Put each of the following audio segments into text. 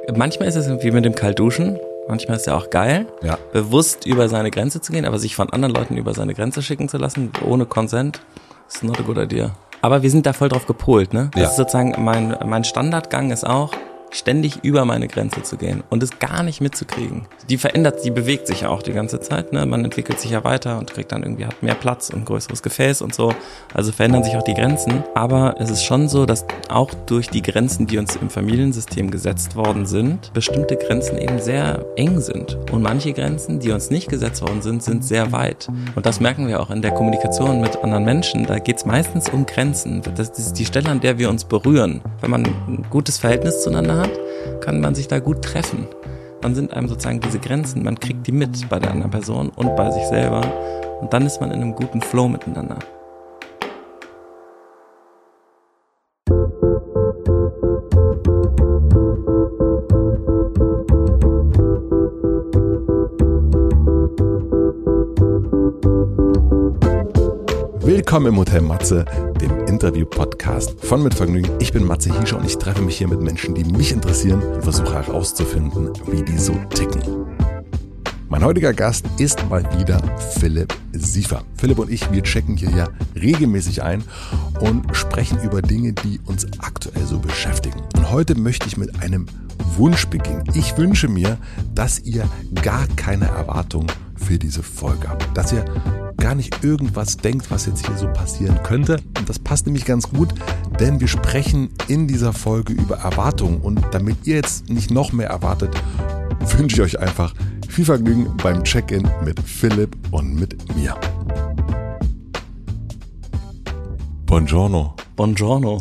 Manchmal ist es wie mit dem Kaltduschen. Manchmal ist es ja auch geil, bewusst über seine Grenze zu gehen, aber sich von anderen Leuten über seine Grenze schicken zu lassen, ohne Consent, ist not a good idea. Aber wir sind da voll drauf gepolt, ne? Das ist sozusagen, mein Standardgang ist auch, ständig über meine Grenze zu gehen und es gar nicht mitzukriegen. Die bewegt sich ja auch die ganze Zeit, ne? Man entwickelt sich ja weiter und kriegt dann irgendwie, hat mehr Platz und größeres Gefäß und so. Also verändern sich auch die Grenzen. Aber es ist schon so, dass auch durch die Grenzen, die uns im Familiensystem gesetzt worden sind, bestimmte Grenzen eben sehr eng sind. Und manche Grenzen, die uns nicht gesetzt worden sind, sind sehr weit. Und das merken wir auch in der Kommunikation mit anderen Menschen. Da geht es meistens um Grenzen. Das ist die Stelle, an der wir uns berühren. Wenn man ein gutes Verhältnis zueinander hat, kann man sich da gut treffen. Dann sind einem sozusagen diese Grenzen, man kriegt die mit bei der anderen Person und bei sich selber und dann ist man in einem guten Flow miteinander. Willkommen im Hotel Matze, dem Interview-Podcast von Mit Vergnügen. Ich bin Matze Hiescher und ich treffe mich hier mit Menschen, die mich interessieren und versuche herauszufinden, wie die so ticken. Mein heutiger Gast ist mal wieder Philipp Siefer. Philipp und ich, wir checken hier ja regelmäßig ein und sprechen über Dinge, die uns aktuell so beschäftigen. Und heute möchte ich mit einem Wunsch beginnen. Ich wünsche mir, dass ihr gar keine Erwartung für diese Folge habt. Dass ihr gar nicht irgendwas denkt, was jetzt hier so passieren könnte. Und das passt nämlich ganz gut, denn wir sprechen in dieser Folge über Erwartungen. Und damit ihr jetzt nicht noch mehr erwartet, wünsche ich euch einfach viel Vergnügen beim Check-in mit Philipp und mit mir. Buongiorno. Buongiorno.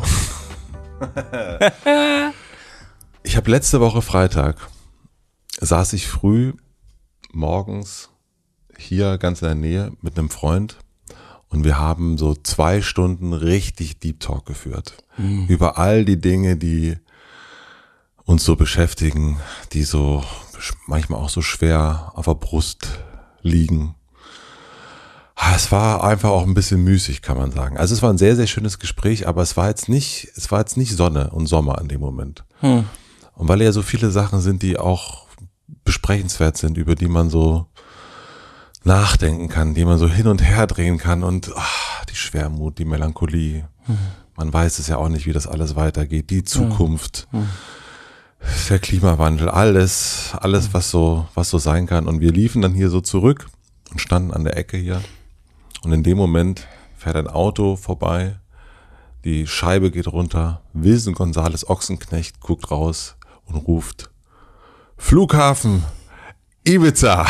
Ich habe letzte Woche Freitag, saß ich früh morgens hier ganz in der Nähe mit einem Freund und wir haben so 2 Stunden richtig Deep Talk geführt. Über all die Dinge, die uns so beschäftigen, die so manchmal auch so schwer auf der Brust liegen. Es war einfach auch ein bisschen müßig, kann man sagen. Also es war ein sehr, sehr schönes Gespräch, aber es war jetzt nicht Sonne und Sommer in dem Moment. Und weil ja so viele Sachen sind, die auch besprechenswert sind, über die man so nachdenken kann, die man so hin und her drehen kann und die Schwermut, die Melancholie. Man weiß es ja auch nicht, wie das alles weitergeht. Die Zukunft, der Klimawandel, alles, was so sein kann. Und wir liefen dann hier so zurück und standen an der Ecke hier. Und in dem Moment fährt ein Auto vorbei, die Scheibe geht runter, Wilson Gonzales Ochsenknecht guckt raus und ruft: Flughafen Ibiza.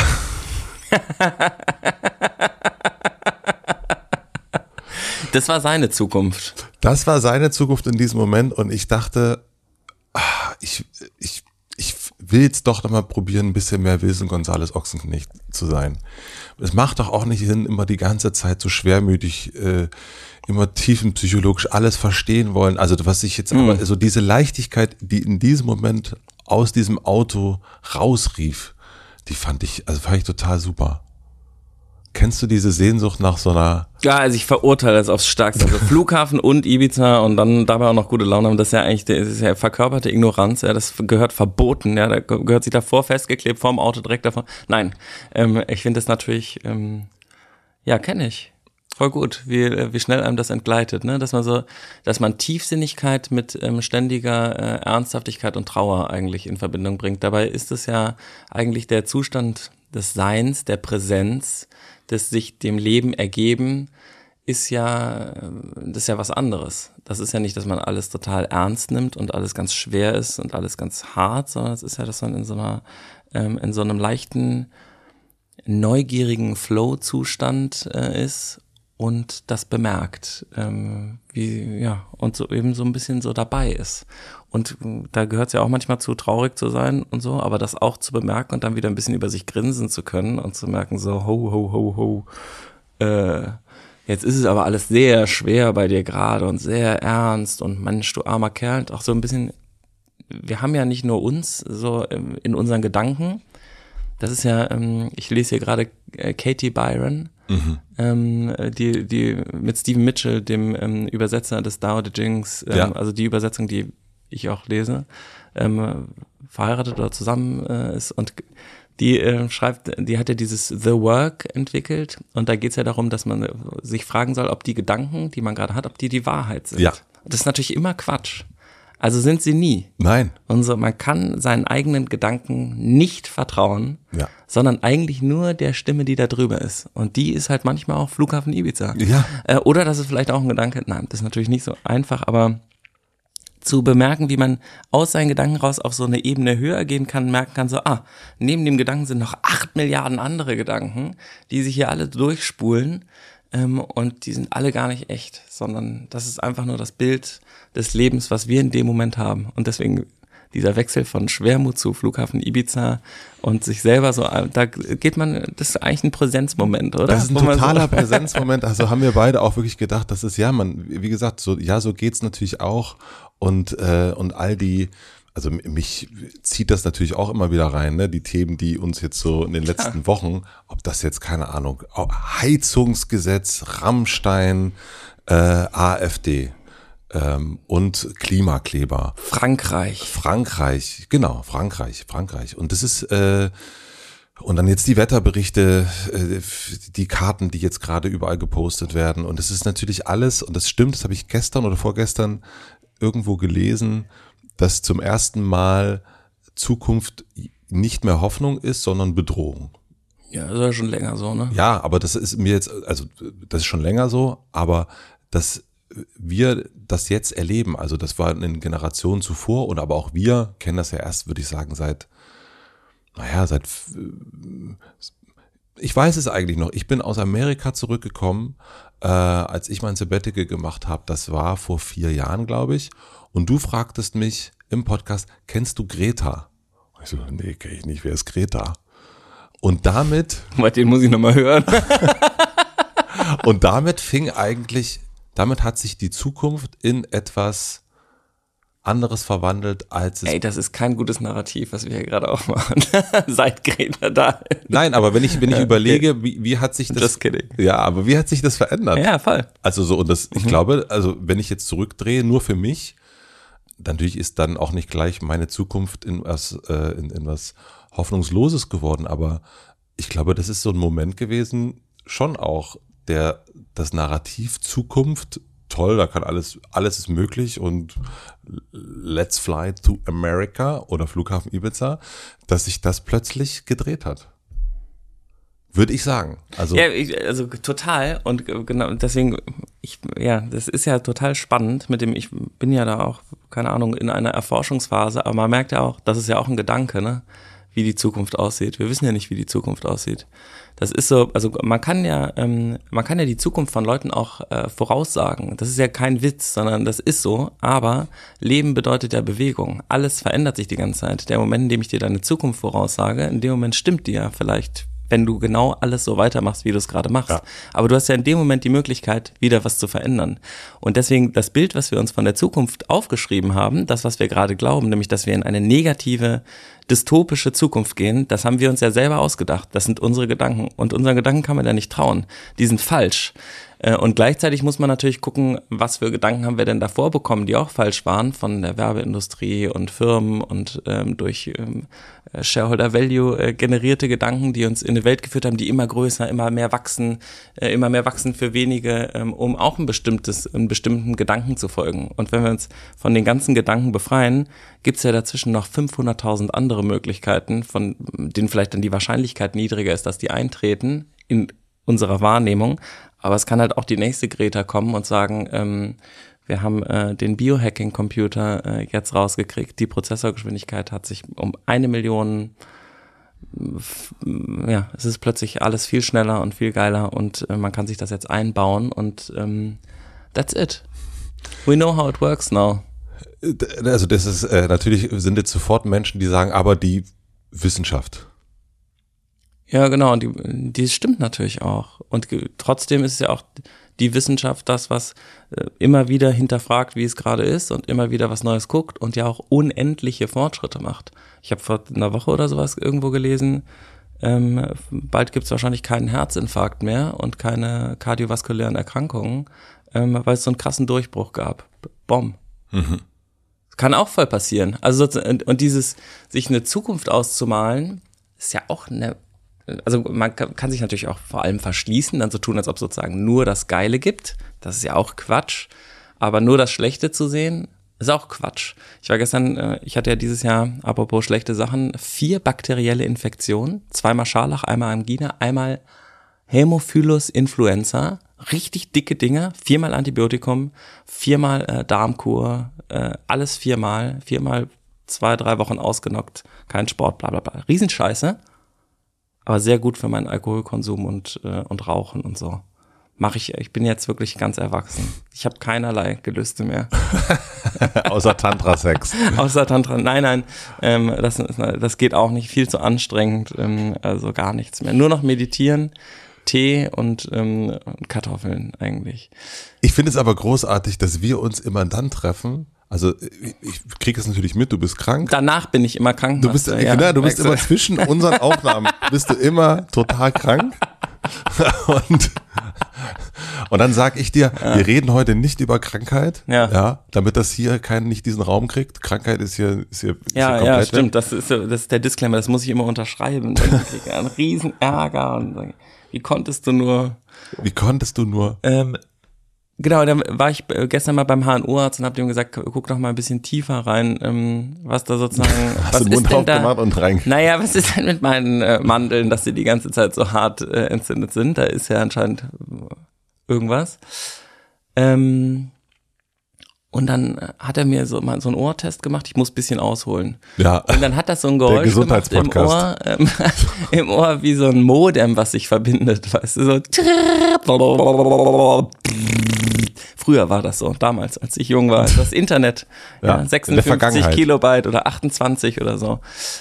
Das war seine Zukunft. Das war seine Zukunft in diesem Moment und ich dachte, ich will jetzt doch nochmal probieren, ein bisschen mehr Wilson Gonzales Ochsenknecht zu sein. Es macht doch auch nicht Sinn, immer die ganze Zeit so schwermütig, immer tiefenpsychologisch alles verstehen wollen. Also was ich jetzt aber, so diese Leichtigkeit, die in diesem Moment aus diesem Auto rausrief, die fand ich total super. Kennst du diese Sehnsucht nach so einer... Ja, also ich verurteile das aufs Stärkste. Also Flughafen und Ibiza und dann dabei auch noch gute Laune haben, das ist ja verkörperte Ignoranz, ja, das gehört verboten, ja, da gehört sich davor festgeklebt, vorm Auto direkt davor. Nein, ich finde das natürlich, kenne ich. Voll gut, wie schnell einem das entgleitet, ne? Dass man Tiefsinnigkeit mit ständiger Ernsthaftigkeit und Trauer eigentlich in Verbindung bringt. Dabei ist es ja eigentlich der Zustand des Seins, der Präsenz, des sich dem Leben ergeben, das ist ja was anderes. Das ist ja nicht, dass man alles total ernst nimmt und alles ganz schwer ist und alles ganz hart, sondern es ist ja, dass man in so einem leichten, neugierigen Flow-Zustand ist und das bemerkt, und so eben so ein bisschen so dabei ist. Und da gehört es ja auch manchmal zu, traurig zu sein und so, aber das auch zu bemerken und dann wieder ein bisschen über sich grinsen zu können und zu merken so, ho, jetzt ist es aber alles sehr schwer bei dir gerade und sehr ernst und Mensch, du armer Kerl, auch so ein bisschen, wir haben ja nicht nur uns so in unseren Gedanken, das ist ja, ich lese hier gerade Katie Byron, die mit Stephen Mitchell, dem Übersetzer des Tao Te Chings, also die Übersetzung, die ich auch lese, verheiratet oder zusammen ist und die die hat ja dieses The Work entwickelt und da geht es ja darum, dass man sich fragen soll, ob die Gedanken, die man gerade hat, ob die Wahrheit sind. Ja. Das ist natürlich immer Quatsch. Also sind sie nie. Nein. Man kann seinen eigenen Gedanken nicht vertrauen, sondern eigentlich nur der Stimme, die da drüber ist. Und die ist halt manchmal auch Flughafen Ibiza. Ja. Oder das ist vielleicht auch ein Gedanke, nein, das ist natürlich nicht so einfach, aber zu bemerken, wie man aus seinen Gedanken raus auf so eine Ebene höher gehen kann, merken kann, so, neben dem Gedanken sind noch 8 Milliarden andere Gedanken, die sich hier alle durchspulen. Und die sind alle gar nicht echt, sondern das ist einfach nur das Bild des Lebens, was wir in dem Moment haben. Und deswegen dieser Wechsel von Schwermut zu Flughafen Ibiza und sich selber so, da geht man, das ist eigentlich ein Präsenzmoment, oder? Das ist ein totaler Präsenzmoment. Also haben wir beide auch wirklich gedacht, das ist wie gesagt, so geht's natürlich auch. Und all die, also mich zieht das natürlich auch immer wieder rein, ne? Die Themen, die uns jetzt so in den letzten Wochen, ob das jetzt, keine Ahnung, Heizungsgesetz, Rammstein, AfD und Klimakleber. Frankreich. Und das ist, und dann jetzt die Wetterberichte, die Karten, die jetzt gerade überall gepostet werden. Und das ist natürlich alles, und das stimmt, das habe ich gestern oder vorgestern irgendwo gelesen, dass zum ersten Mal Zukunft nicht mehr Hoffnung ist, sondern Bedrohung. Ja, das ist ja schon länger so, ne? Ja, aber das ist mir jetzt, also das ist schon länger so, aber dass wir das jetzt erleben, also das war in Generationen zuvor und aber auch wir kennen das ja erst, würde ich sagen, ich weiß es eigentlich noch, ich bin aus Amerika zurückgekommen, als ich mein Sabbatical gemacht habe, das war vor 4 Jahren, glaube ich. Und du fragtest mich im Podcast, kennst du Greta? Und ich so, nee, kenn ich nicht, wer ist Greta? Und damit... Den muss ich nochmal hören. Und damit hat sich die Zukunft in etwas anderes verwandelt, als es... Ey, das ist kein gutes Narrativ, was wir hier gerade aufmachen. Seit Greta da ist. Nein, aber wenn ich überlege, wie hat sich das... Just kidding. Ja, aber wie hat sich das verändert? Ja, voll. Also so, und das, ich glaube, also wenn ich jetzt zurückdrehe, nur für mich, natürlich ist dann auch nicht gleich meine Zukunft in was Hoffnungsloses geworden, aber ich glaube, das ist so ein Moment gewesen, schon auch, das Narrativ Zukunft, toll, da kann alles ist möglich und let's fly to America oder Flughafen Ibiza, dass sich das plötzlich gedreht hat. Würde ich sagen. Also total und genau deswegen, das ist ja total spannend ich bin ja da auch, keine Ahnung, in einer Erforschungsphase, aber man merkt ja auch, das ist ja auch ein Gedanke, ne, wie die Zukunft aussieht. Wir wissen ja nicht, wie die Zukunft aussieht. Das ist so, also man kann ja die Zukunft von Leuten auch voraussagen. Das ist ja kein Witz, sondern das ist so, aber Leben bedeutet ja Bewegung. Alles verändert sich die ganze Zeit. Der Moment, in dem ich dir deine Zukunft voraussage, in dem Moment stimmt die ja vielleicht, wenn du genau alles so weitermachst, wie du es gerade machst. Ja. Aber du hast ja in dem Moment die Möglichkeit, wieder was zu verändern. Und deswegen das Bild, was wir uns von der Zukunft aufgeschrieben haben, das, was wir gerade glauben, nämlich, dass wir in eine negative, dystopische Zukunft gehen, das haben wir uns ja selber ausgedacht. Das sind unsere Gedanken. Und unseren Gedanken kann man ja nicht trauen. Die sind falsch. Und gleichzeitig muss man natürlich gucken, was für Gedanken haben wir denn davor bekommen, die auch falsch waren von der Werbeindustrie und Firmen und durch Shareholder Value generierte Gedanken, die uns in eine Welt geführt haben, die immer größer, immer mehr wachsen für wenige, um auch einen bestimmten Gedanken zu folgen. Und wenn wir uns von den ganzen Gedanken befreien, gibt's ja dazwischen noch 500.000 andere Möglichkeiten, von denen vielleicht dann die Wahrscheinlichkeit niedriger ist, dass die eintreten in unserer Wahrnehmung. Aber es kann halt auch die nächste Greta kommen und sagen, wir haben den Biohacking-Computer jetzt rausgekriegt. Die Prozessorgeschwindigkeit hat sich um 1 Million, es ist plötzlich alles viel schneller und viel geiler und man kann sich das jetzt einbauen und that's it. We know how it works now. Also das ist, natürlich sind jetzt sofort Menschen, die sagen, aber die Wissenschaft. Ja, genau, und die stimmt natürlich auch. Und trotzdem ist es ja auch die Wissenschaft das, was immer wieder hinterfragt, wie es gerade ist und immer wieder was Neues guckt und ja auch unendliche Fortschritte macht. Ich habe vor einer Woche oder sowas irgendwo gelesen, bald gibt es wahrscheinlich keinen Herzinfarkt mehr und keine kardiovaskulären Erkrankungen, weil es so einen krassen Durchbruch gab. Bomb. Mhm. Kann auch voll passieren. Also und dieses, sich eine Zukunft auszumalen, ist ja auch also man kann sich natürlich auch vor allem verschließen, dann so tun, als ob sozusagen nur das Geile gibt. Das ist ja auch Quatsch. Aber nur das Schlechte zu sehen, ist auch Quatsch. Ich war gestern, ich hatte ja dieses Jahr, apropos schlechte Sachen, 4 bakterielle Infektionen. 2-mal Scharlach, einmal Angina, einmal Hämophilus influenza. Richtig dicke Dinger. 4-mal Antibiotikum, 4-mal Darmkur, alles 4-mal. 4-mal 2-3 Wochen ausgenockt, kein Sport, bla bla bla. Riesenscheiße. Aber sehr gut für meinen Alkoholkonsum und Rauchen und so. Ich bin jetzt wirklich ganz erwachsen. Ich habe keinerlei Gelüste mehr. Außer Tantra-Sex. Außer Tantra, nein, das geht auch nicht, viel zu anstrengend, also gar nichts mehr. Nur noch meditieren, Tee und Kartoffeln eigentlich. Ich finde es aber großartig, dass wir uns immer dann treffen. Also ich kriege es natürlich mit, du bist krank. Danach bin ich immer krank. Du bist immer zwischen unseren Aufnahmen, bist du immer total krank. Und dann sag ich dir, wir reden heute nicht über Krankheit, damit das hier nicht diesen Raum kriegt. Krankheit ist hier komplett. Ja, stimmt, das ist der Disclaimer, das muss ich immer unterschreiben. Dann krieg ich einen riesen Ärger und sage, wie konntest du nur? Genau, dann war ich gestern mal beim HNO-Arzt und habe dem gesagt, guck doch mal ein bisschen tiefer rein, was da sozusagen, was ist Mund denn da? Und rein. Naja, was ist denn mit meinen Mandeln, dass sie die ganze Zeit so hart entzündet sind? Da ist ja anscheinend irgendwas. Und dann hat er mir so mal so einen Ohrtest gemacht. Ich muss ein bisschen ausholen. Ja. Und dann hat das so ein Geräusch gemacht im Ohr wie so ein Modem, was sich verbindet. Weißt du, so. Früher war das so, damals, als ich jung war. Das Internet, 56 Kilobyte oder 28 oder so.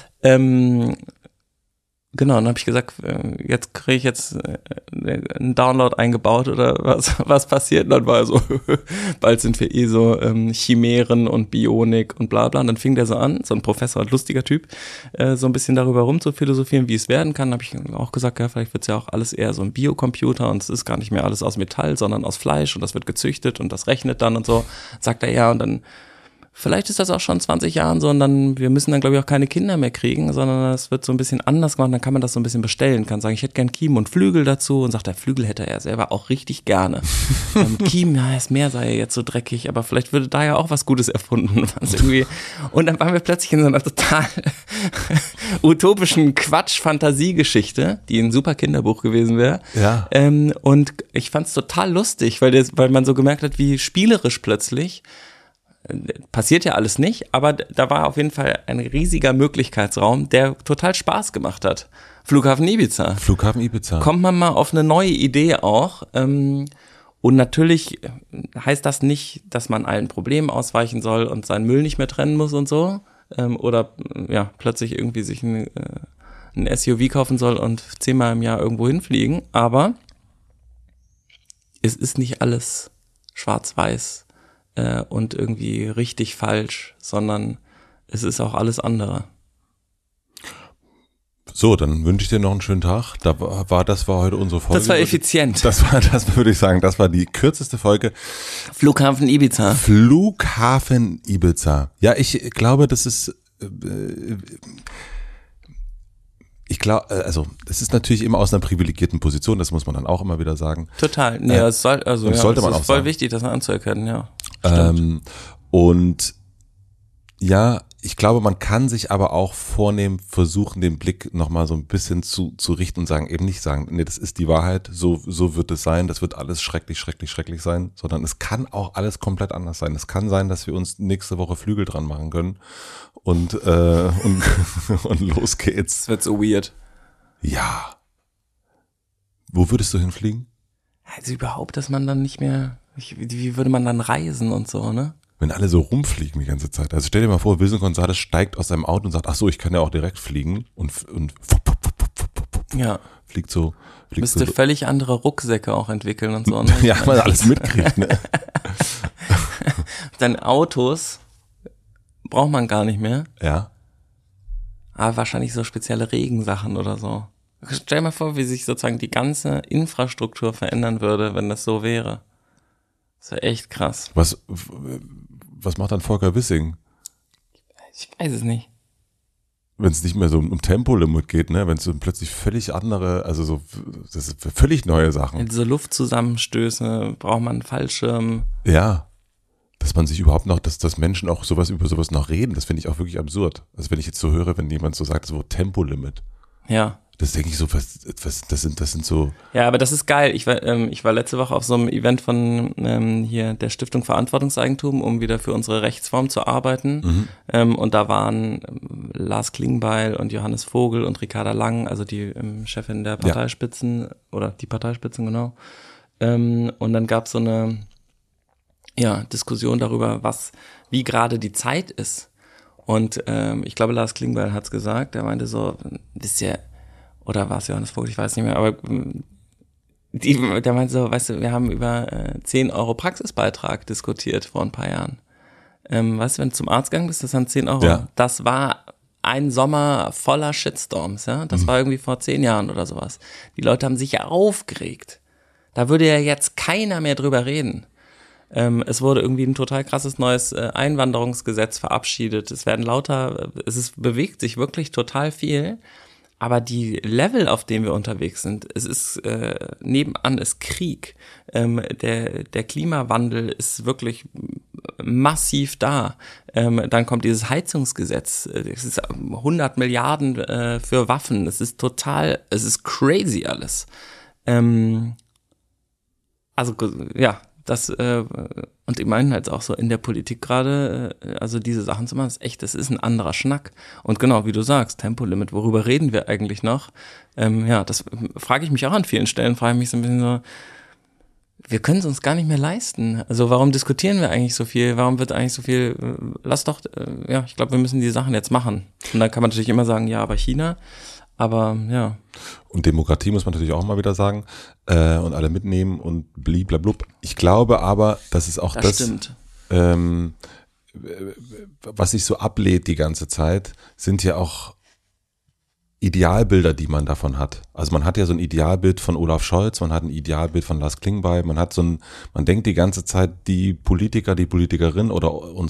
Genau, dann habe ich gesagt, jetzt kriege ich einen Download eingebaut oder was passiert? Und dann war er so, bald sind wir so Chimären und Bionik und bla bla. Und dann fing der so an, so ein Professor, ein lustiger Typ, so ein bisschen darüber rum zu philosophieren, wie es werden kann. Habe ich auch gesagt, ja, vielleicht wird es ja auch alles eher so ein Biocomputer und es ist gar nicht mehr alles aus Metall, sondern aus Fleisch und das wird gezüchtet und das rechnet dann und so. Sagt er, ja, und dann vielleicht ist das auch schon 20 Jahren so und dann, wir müssen dann glaube ich auch keine Kinder mehr kriegen, sondern es wird so ein bisschen anders gemacht, dann kann man das so ein bisschen bestellen, kann sagen, ich hätte gern Kiemen und Flügel dazu und sagt, der Flügel hätte er selber auch richtig gerne. Kiemen, ja, das Meer sei ja jetzt so dreckig, aber vielleicht würde da ja auch was Gutes erfunden, was irgendwie. Und dann waren wir plötzlich in so einer total utopischen Quatsch-Fantasiegeschichte, die ein super Kinderbuch gewesen wäre. Ja. Und ich fand's total lustig, weil man so gemerkt hat, wie spielerisch plötzlich passiert ja alles nicht, aber da war auf jeden Fall ein riesiger Möglichkeitsraum, der total Spaß gemacht hat. Flughafen Ibiza. Kommt man mal auf eine neue Idee auch. Und natürlich heißt das nicht, dass man allen Problemen ausweichen soll und seinen Müll nicht mehr trennen muss und so. Oder ja, plötzlich irgendwie sich ein SUV kaufen soll und 10-mal im Jahr irgendwo hinfliegen. Aber es ist nicht alles schwarz-weiß und irgendwie richtig falsch, sondern es ist auch alles andere. So, dann wünsche ich dir noch einen schönen Tag. Das war heute unsere Folge. Das war effizient. Das würde ich sagen, das war die kürzeste Folge. Flughafen Ibiza. Ja, ich glaube, das ist also es ist natürlich immer aus einer privilegierten Position, das muss man dann auch immer wieder sagen. Total, nee, es sollte man auch sagen. Es ist voll wichtig, das anzuerkennen, ja. Und ja, ich glaube, man kann sich aber auch vornehmen, versuchen, den Blick nochmal so ein bisschen zu richten und eben nicht sagen, nee, das ist die Wahrheit, so wird es sein, das wird alles schrecklich sein, sondern es kann auch alles komplett anders sein. Es kann sein, dass wir uns nächste Woche Flügel dran machen können und los geht's. Es wird so weird. Ja. Wo würdest du hinfliegen? Also überhaupt, dass man dann nicht mehr, wie würde man dann reisen und so, ne? Wenn alle so rumfliegen die ganze Zeit. Also stell dir mal vor, Wilson Gonzalez steigt aus seinem Auto und sagt, ach so, ich kann ja auch direkt fliegen und ja. Fliegt so. Müsste völlig andere Rucksäcke auch entwickeln und so. Ne? Ja, man alles mitkriegt, ne? Dann Autos braucht man gar nicht mehr. Ja. Aber wahrscheinlich so spezielle Regensachen oder so. Stell dir mal vor, wie sich sozusagen die ganze Infrastruktur verändern würde, wenn das so wäre. Das wäre echt krass. Was macht dann Volker Wissing? Ich weiß es nicht. Wenn es nicht mehr so um Tempolimit geht, ne, wenn es so plötzlich völlig andere, also so, das sind völlig neue Sachen. Diese Luftzusammenstöße, braucht man einen Fallschirm. Ja, dass man sich überhaupt noch, dass Menschen auch über sowas noch reden, das finde ich auch wirklich absurd. Also wenn ich jetzt so höre, wenn jemand so sagt, so Tempolimit. Ja. Das denke ich so, das sind so. Ja, aber das ist geil. Ich war letzte Woche auf so einem Event von hier der Stiftung Verantwortungseigentum, um wieder für unsere Rechtsform zu arbeiten. Und da waren Lars Klingbeil und Johannes Vogel und Ricarda Lang, also die Chefin der Parteispitzen oder die Parteispitzen, genau. Und dann gab es so eine Diskussion darüber, wie gerade die Zeit ist. Und ich glaube, Lars Klingbeil hat's gesagt, der meinte so, wisst ihr, oder war es Johannes Vogel, ich weiß nicht mehr, aber der meinte so, weißt du, wir haben über 10 Euro Praxisbeitrag diskutiert vor ein paar Jahren. Weißt du, wenn du zum Arzt gegangen bist, das waren 10 Euro. Ja. Das war ein Sommer voller Shitstorms, ja. Das war irgendwie vor 10 Jahren oder sowas. Die Leute haben sich ja aufgeregt. Da würde ja jetzt keiner mehr drüber reden. Es wurde irgendwie ein total krasses neues Einwanderungsgesetz verabschiedet. Bewegt sich wirklich total viel. Aber die Level, auf denen wir unterwegs sind, es ist nebenan ist Krieg. Der Klimawandel ist wirklich massiv da. Dann kommt dieses Heizungsgesetz. Es ist 100 Milliarden für Waffen. Es ist crazy alles. Und ich meine halt auch so in der Politik gerade, also diese Sachen zu machen, das ist ein anderer Schnack. Und genau, wie du sagst, Tempolimit, worüber reden wir eigentlich noch? Das frage ich mich auch an vielen Stellen, frage ich mich so ein bisschen so, wir können es uns gar nicht mehr leisten. Also warum diskutieren wir eigentlich so viel? Warum wird eigentlich so viel, ich glaube, wir müssen die Sachen jetzt machen. Und dann kann man natürlich immer sagen, ja, aber China, aber ja. Und Demokratie muss man natürlich auch mal wieder sagen und alle mitnehmen und bliblablub. Ich glaube aber, dass es auch das stimmt. Was sich so ablädt die ganze Zeit, sind ja auch Idealbilder, die man davon hat. Also man hat ja so ein Idealbild von Olaf Scholz, man hat ein Idealbild von Lars Klingbeil, man denkt die ganze Zeit, die Politiker, die Politikerin oder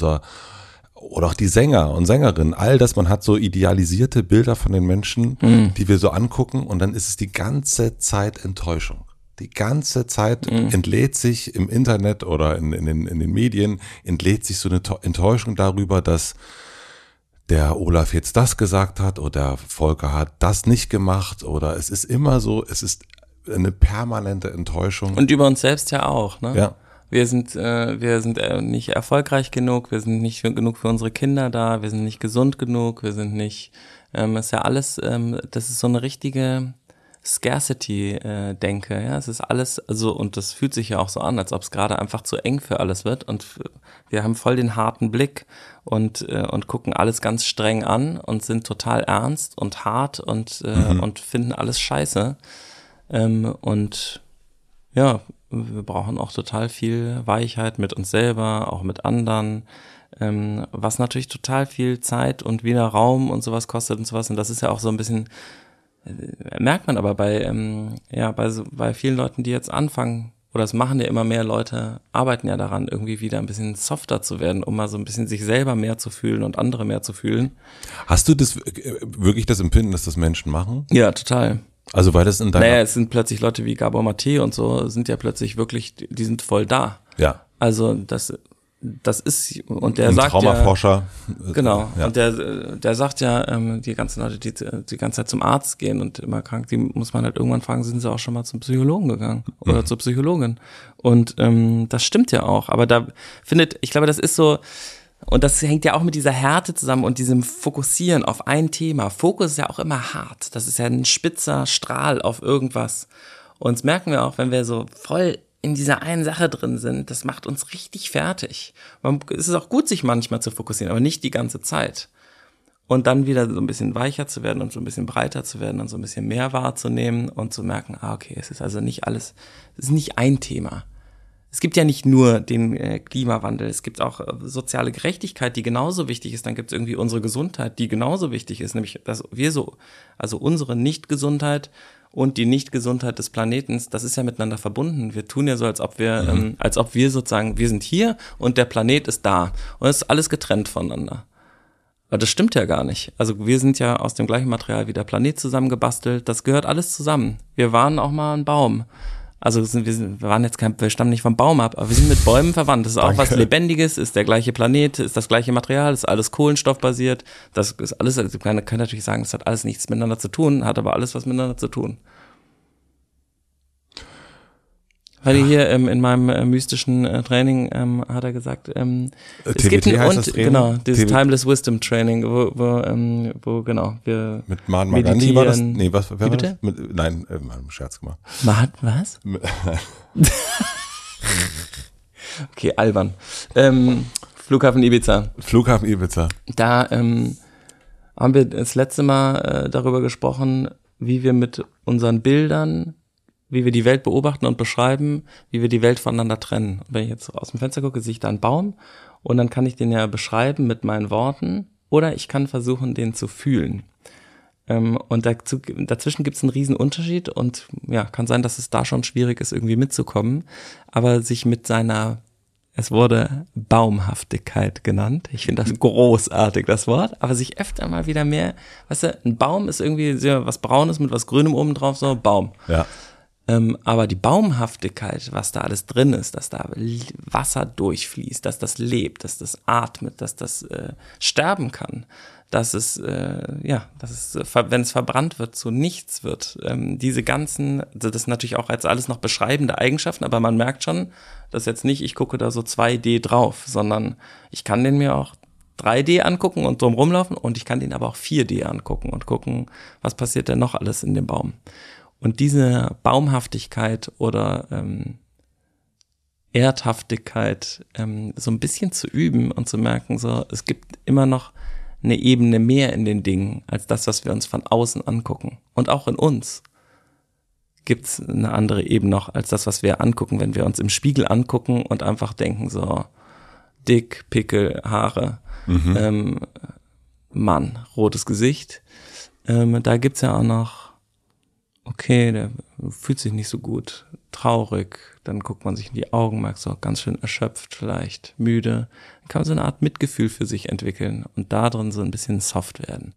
auch die Sänger und Sängerinnen, all das, man hat so idealisierte Bilder von den Menschen, die wir so angucken und dann ist es die ganze Zeit Enttäuschung. Die ganze Zeit entlädt sich im Internet oder in den Medien, entlädt sich so eine Enttäuschung darüber, dass der Olaf jetzt das gesagt hat oder der Volker hat das nicht gemacht oder es ist immer so, es ist eine permanente Enttäuschung. Und über uns selbst ja auch, ne? Ja. Wir sind nicht erfolgreich genug, wir sind nicht genug für unsere Kinder da, wir sind nicht gesund genug, wir sind nicht, ist ja alles, das ist so eine richtige Scarcity-Denke, ja, es ist alles, also, und das fühlt sich ja auch so an, als ob es gerade einfach zu eng für alles wird und wir haben voll den harten Blick und gucken alles ganz streng an und sind total ernst und hart und finden alles scheiße, und ja, wir brauchen auch total viel Weichheit mit uns selber, auch mit anderen, was natürlich total viel Zeit und wieder Raum und sowas kostet und sowas. Und das ist ja auch so ein bisschen, merkt man aber bei vielen Leuten, die jetzt anfangen, oder es machen ja immer mehr Leute, arbeiten ja daran, irgendwie wieder ein bisschen softer zu werden, um mal so ein bisschen sich selber mehr zu fühlen und andere mehr zu fühlen. Hast du das wirklich das Empfinden, dass das Menschen machen? Ja, total. Also weil das in deiner... es sind plötzlich Leute wie Gabor Maté und so, sind ja plötzlich wirklich, die sind voll da. Ja. Also das ist, und der ein sagt Traumaforscher. Ja, genau, ja. Und der sagt ja, die ganzen Leute, die ganze Zeit zum Arzt gehen und immer krank, die muss man halt irgendwann fragen, sind sie auch schon mal zum Psychologen gegangen oder zur Psychologin? Und das stimmt ja auch, aber ich glaube, das ist so. Und das hängt ja auch mit dieser Härte zusammen und diesem Fokussieren auf ein Thema. Fokus ist ja auch immer hart. Das ist ja ein spitzer Strahl auf irgendwas. Und das merken wir auch, wenn wir so voll in dieser einen Sache drin sind. Das macht uns richtig fertig. Es ist auch gut, sich manchmal zu fokussieren, aber nicht die ganze Zeit. Und dann wieder so ein bisschen weicher zu werden und so ein bisschen breiter zu werden und so ein bisschen mehr wahrzunehmen und zu merken, okay, es ist also nicht alles, es ist nicht ein Thema. Es gibt ja nicht nur den Klimawandel, es gibt auch soziale Gerechtigkeit, die genauso wichtig ist. Dann gibt es irgendwie unsere Gesundheit, die genauso wichtig ist, nämlich dass also unsere Nichtgesundheit und die Nichtgesundheit des Planetens, das ist ja miteinander verbunden. Wir tun ja so, als ob wir sozusagen, wir sind hier und der Planet ist da und es ist alles getrennt voneinander. Aber das stimmt ja gar nicht. Also wir sind ja aus dem gleichen Material wie der Planet zusammengebastelt. Das gehört alles zusammen. Wir waren auch mal ein Baum. Also wir stammen nicht vom Baum ab, aber wir sind mit Bäumen verwandt. Das ist auch was Lebendiges, ist der gleiche Planet, ist das gleiche Material, ist alles kohlenstoffbasiert. Das ist alles, also man kann natürlich sagen, das hat alles nichts miteinander zu tun, hat aber alles was miteinander zu tun. Weil hier in meinem mystischen Training hat er gesagt, es gibt dieses Timeless Wisdom Training, wo genau wir mit Mahatma Gandhi war das? Nee, wer war das? Nein, einen Scherz gemacht. Was? Okay, albern. Flughafen Ibiza. Da haben wir das letzte Mal darüber gesprochen, wie wir mit unseren Bildern, wie wir die Welt beobachten und beschreiben, wie wir die Welt voneinander trennen. Und wenn ich jetzt aus dem Fenster gucke, sehe ich da einen Baum und dann kann ich den ja beschreiben mit meinen Worten oder ich kann versuchen, den zu fühlen. Und dazwischen gibt es einen riesen Unterschied und ja, kann sein, dass es da schon schwierig ist, irgendwie mitzukommen, aber sich mit seiner, es wurde Baumhaftigkeit genannt. Ich finde das großartig, das Wort, aber sich öfter mal wieder mehr, weißt du, ein Baum ist irgendwie sehr was Braunes mit was Grünem oben drauf, so Baum. Ja. Aber die Baumhaftigkeit, was da alles drin ist, dass da Wasser durchfließt, dass das lebt, dass das atmet, dass das sterben kann, dass es, wenn es verbrannt wird, zu nichts wird. Diese ganzen, das sind natürlich auch jetzt alles noch beschreibende Eigenschaften, aber man merkt schon, dass jetzt nicht, ich gucke da so 2D drauf, sondern ich kann den mir auch 3D angucken und drum rumlaufen und ich kann den aber auch 4D angucken und gucken, was passiert denn noch alles in dem Baum. Und diese Baumhaftigkeit oder Erdhaftigkeit so ein bisschen zu üben und zu merken, so es gibt immer noch eine Ebene mehr in den Dingen, als das, was wir uns von außen angucken. Und auch in uns gibt es eine andere Ebene noch, als das, was wir angucken, wenn wir uns im Spiegel angucken und einfach denken, so dick, Pickel, Haare, Mann, rotes Gesicht. Da gibt's ja auch noch, okay, der fühlt sich nicht so gut, traurig, dann guckt man sich in die Augen, merkt so ganz schön erschöpft vielleicht, müde, dann kann man so eine Art Mitgefühl für sich entwickeln und da drin so ein bisschen soft werden.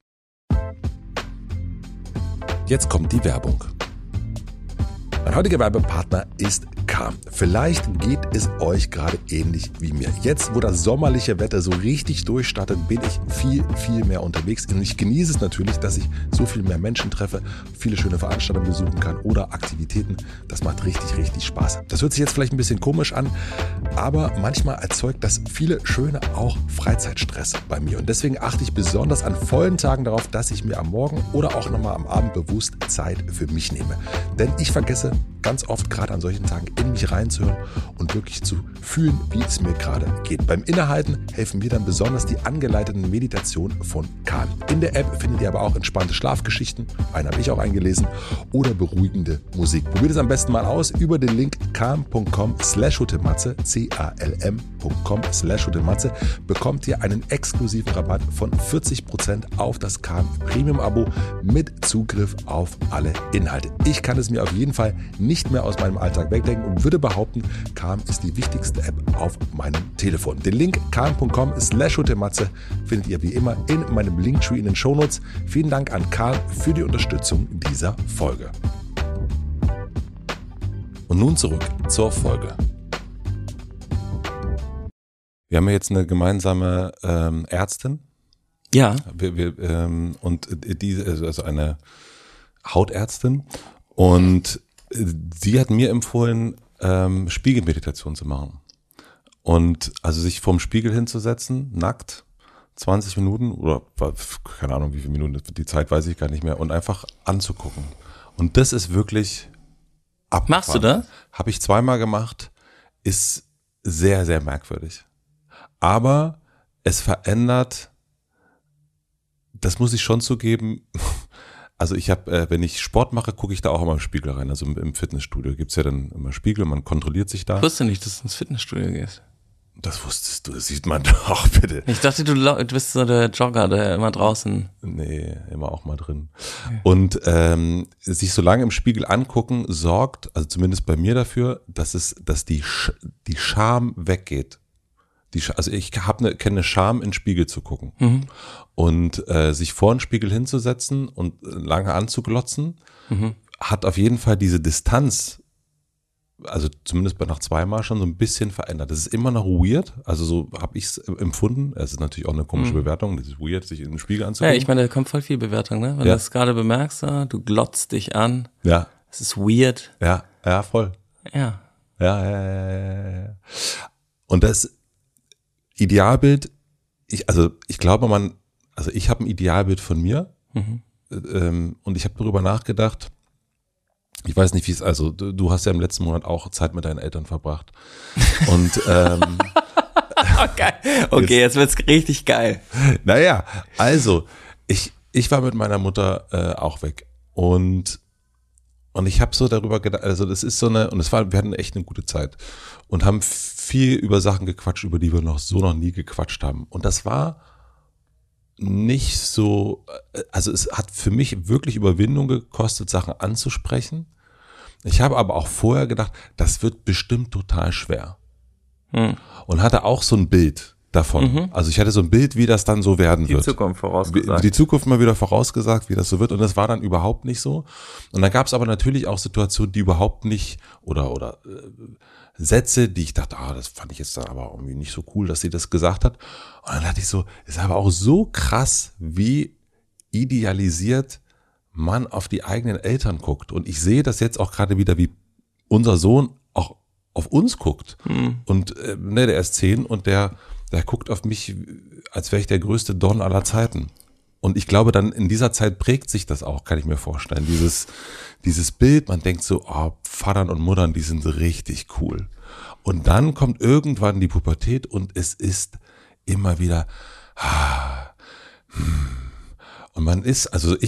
Jetzt kommt die Werbung. Mein heutiger Werbepartner ist Calm. Vielleicht geht es euch gerade ähnlich wie mir. Jetzt, wo das sommerliche Wetter so richtig durchstartet, bin ich viel, viel mehr unterwegs. Und ich genieße es natürlich, dass ich so viel mehr Menschen treffe, viele schöne Veranstaltungen besuchen kann oder Aktivitäten. Das macht richtig, richtig Spaß. Das hört sich jetzt vielleicht ein bisschen komisch an, aber manchmal erzeugt das viele schöne auch Freizeitstress bei mir. Und deswegen achte ich besonders an vollen Tagen darauf, dass ich mir am Morgen oder auch nochmal am Abend bewusst Zeit für mich nehme. Denn ich vergesse ganz oft gerade an solchen Tagen in mich reinzuhören und wirklich zu fühlen, wie es mir gerade geht. Beim Innehalten helfen mir dann besonders die angeleiteten Meditationen von Calm. In der App findet ihr aber auch entspannte Schlafgeschichten, eine habe ich auch eingelesen, oder beruhigende Musik. Probiert es am besten mal aus über den Link calm.com/hotematze, calm.com/hotematze, bekommt ihr einen exklusiven Rabatt von 40% auf das Calm Premium Abo mit Zugriff auf alle Inhalte. Ich kann es mir auf jeden Fall nicht mehr aus meinem Alltag wegdenken und würde behaupten, Calm ist die wichtigste App auf meinem Telefon. Den Link calm.com/hotematze findet ihr wie immer in meinem Linktree in den Shownotes. Vielen Dank an Calm für die Unterstützung dieser Folge. Und nun zurück zur Folge. Wir haben ja jetzt eine gemeinsame Ärztin. Ja. Und diese, also eine Hautärztin. Und sie hat mir empfohlen, Spiegelmeditation zu machen. Und also sich vorm Spiegel hinzusetzen, nackt, 20 Minuten oder keine Ahnung wie viele Minuten, die Zeit weiß ich gar nicht mehr, und einfach anzugucken. Und das ist wirklich abgefahren. Machst du das? Habe ich zweimal gemacht, ist sehr, sehr merkwürdig. Aber es verändert, das muss ich schon zugeben. Also ich habe, wenn ich Sport mache, gucke ich da auch immer im Spiegel rein. Also im Fitnessstudio gibt's ja dann immer Spiegel, man kontrolliert sich da. Ich wusste nicht, dass du ins Fitnessstudio gehst. Das wusstest du, das sieht man doch, bitte. Ich dachte, du bist so der Jogger, der immer draußen. Nee, immer auch mal drin. Okay. Und sich so lange im Spiegel angucken sorgt, also zumindest bei mir dafür, dass die Scham weggeht. Also ich kenne eine Scham, in den Spiegel zu gucken. Und sich vor den Spiegel hinzusetzen und lange anzuglotzen, hat auf jeden Fall diese Distanz, also zumindest nach zweimal schon so ein bisschen verändert. Das ist immer noch weird, also so habe ich es empfunden. Es ist natürlich auch eine komische Bewertung, das ist weird, sich in den Spiegel anzugucken. Ja, ich meine, da kommt voll viel Bewertung, ne? Wenn du das gerade bemerkst, du glotzt dich an. Ja. Es ist weird. Ja, voll. Ja. Ja. Und das Idealbild, ich glaube, ich habe ein Idealbild von mir und ich habe darüber nachgedacht. Ich weiß nicht, wie es, also du hast ja im letzten Monat auch Zeit mit deinen Eltern verbracht. Und okay, jetzt wird's richtig geil. Naja, also ich war mit meiner Mutter auch weg und ich habe so darüber gedacht, also das ist wir hatten echt eine gute Zeit und haben viel über Sachen gequatscht, über die wir noch nie gequatscht haben. Und das war nicht so, also es hat für mich wirklich Überwindung gekostet, Sachen anzusprechen. Ich habe aber auch vorher gedacht, das wird bestimmt total schwer. Und hatte auch so ein Bild davon. Also ich hatte so ein Bild, wie das dann so werden wird. Die Zukunft vorausgesagt. Die Zukunft mal wieder vorausgesagt, wie das so wird. Und das war dann überhaupt nicht so. Und dann gab es aber natürlich auch Situationen, die überhaupt nicht oder Sätze, die ich dachte, das fand ich jetzt dann aber irgendwie nicht so cool, dass sie das gesagt hat. Und dann dachte ich so, ist aber auch so krass, wie idealisiert man auf die eigenen Eltern guckt. Und ich sehe das jetzt auch gerade wieder, wie unser Sohn auch auf uns guckt. Und der ist 10 und der guckt auf mich, als wäre ich der größte Don aller Zeiten. Und ich glaube, dann in dieser Zeit prägt sich das auch, kann ich mir vorstellen. Dieses Bild, man denkt so, Vatern und Muttern, die sind richtig cool. Und dann kommt irgendwann die Pubertät und es ist immer wieder, und man ist,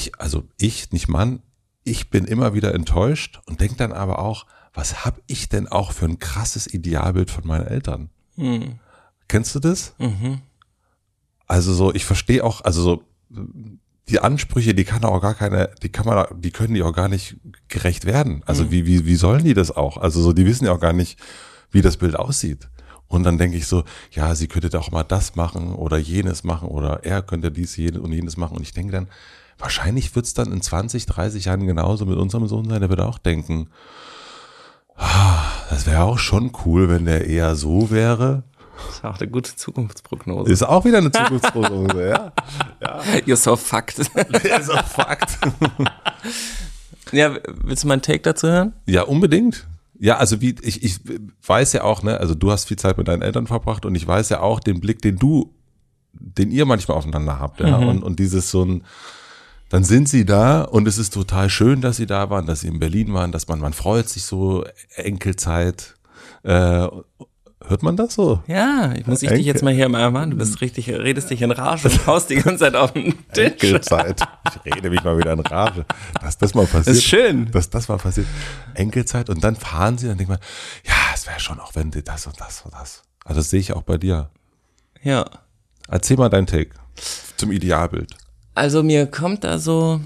ich bin immer wieder enttäuscht und denke dann aber auch, was habe ich denn auch für ein krasses Idealbild von meinen Eltern? Kennst du das? Also so, ich verstehe auch, also so, die Ansprüche, die können die auch gar nicht gerecht werden. Also wie sollen die das auch? Also so, die wissen ja auch gar nicht, wie das Bild aussieht. Und dann denke ich so, ja, sie könnte doch mal das machen oder jenes machen oder er könnte dies, jenes und jenes machen. Und ich denke dann, wahrscheinlich wird es dann in 20, 30 Jahren genauso mit unserem Sohn sein, der wird auch denken, das wäre auch schon cool, wenn der eher so wäre. Das ist auch eine gute Zukunftsprognose. Ist auch wieder eine Zukunftsprognose, ja. You're so fucked. You're so fucked. Ja, willst du meinen Take dazu hören? Ja, unbedingt. Ja, also ich weiß ja auch, ne, also du hast viel Zeit mit deinen Eltern verbracht und ich weiß ja auch den Blick, den ihr manchmal aufeinander habt, ja. Und dieses so ein, dann sind sie da und es ist total schön, dass sie da waren, dass sie in Berlin waren, dass man freut sich so, Enkelzeit, hört man das so? Ja, ich muss dich jetzt mal hier mal machen. Du redest dich in Rage und haust die ganze Zeit auf den Tisch. Enkelzeit. Ich rede mich mal wieder in Rage. Dass das mal passiert. Das ist schön. Dass das mal passiert. Enkelzeit. Und dann fahren sie, dann denkt man, ja, es wäre schon auch, wenn die das und das und das. Also das sehe ich auch bei dir. Ja. Erzähl mal deinen Take zum Idealbild. Also mir kommt da so,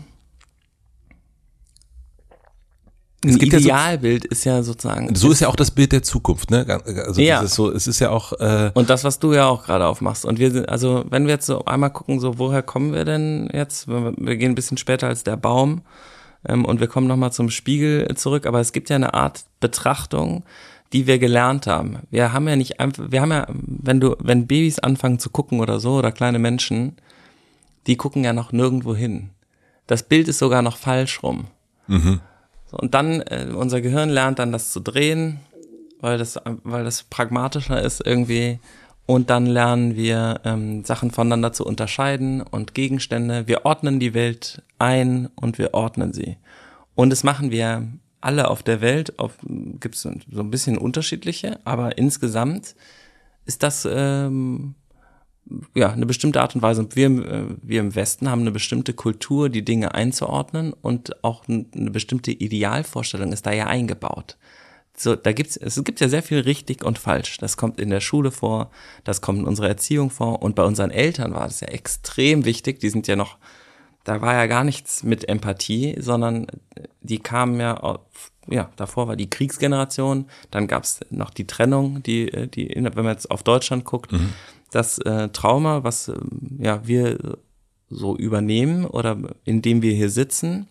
Es gibt Idealbild ist ja sozusagen. So ist ja auch das Bild der Zukunft, ne? Also ja. dieses so, es ist ja auch. Und das, was du ja auch gerade aufmachst. Und wir sind, also wenn wir jetzt so einmal gucken, so woher kommen wir denn jetzt? Wir gehen ein bisschen später als der Baum und wir kommen nochmal zum Spiegel zurück. Aber es gibt ja eine Art Betrachtung, die wir gelernt haben. Wir haben ja nicht einfach, wenn Babys anfangen zu gucken oder so oder kleine Menschen, die gucken ja noch nirgendwo hin. Das Bild ist sogar noch falsch rum. Und dann, unser Gehirn lernt dann das zu drehen, weil das pragmatischer ist irgendwie. Und dann lernen wir, Sachen voneinander zu unterscheiden und Gegenstände. Wir ordnen die Welt ein und wir ordnen sie. Und das machen wir alle auf der Welt. Gibt es so ein bisschen unterschiedliche, aber insgesamt ist das eine bestimmte Art und Weise. Und wir im Westen haben eine bestimmte Kultur, die Dinge einzuordnen und auch eine bestimmte Idealvorstellung ist da ja eingebaut. So, es gibt ja sehr viel richtig und falsch. Das kommt in der Schule vor, das kommt in unserer Erziehung vor und bei unseren Eltern war das ja extrem wichtig. Die sind ja noch da war ja gar nichts mit Empathie, sondern die kamen davor war die Kriegsgeneration, dann gab es noch die Trennung, wenn man jetzt auf Deutschland guckt, das Trauma, was wir so übernehmen oder in dem wir hier sitzen,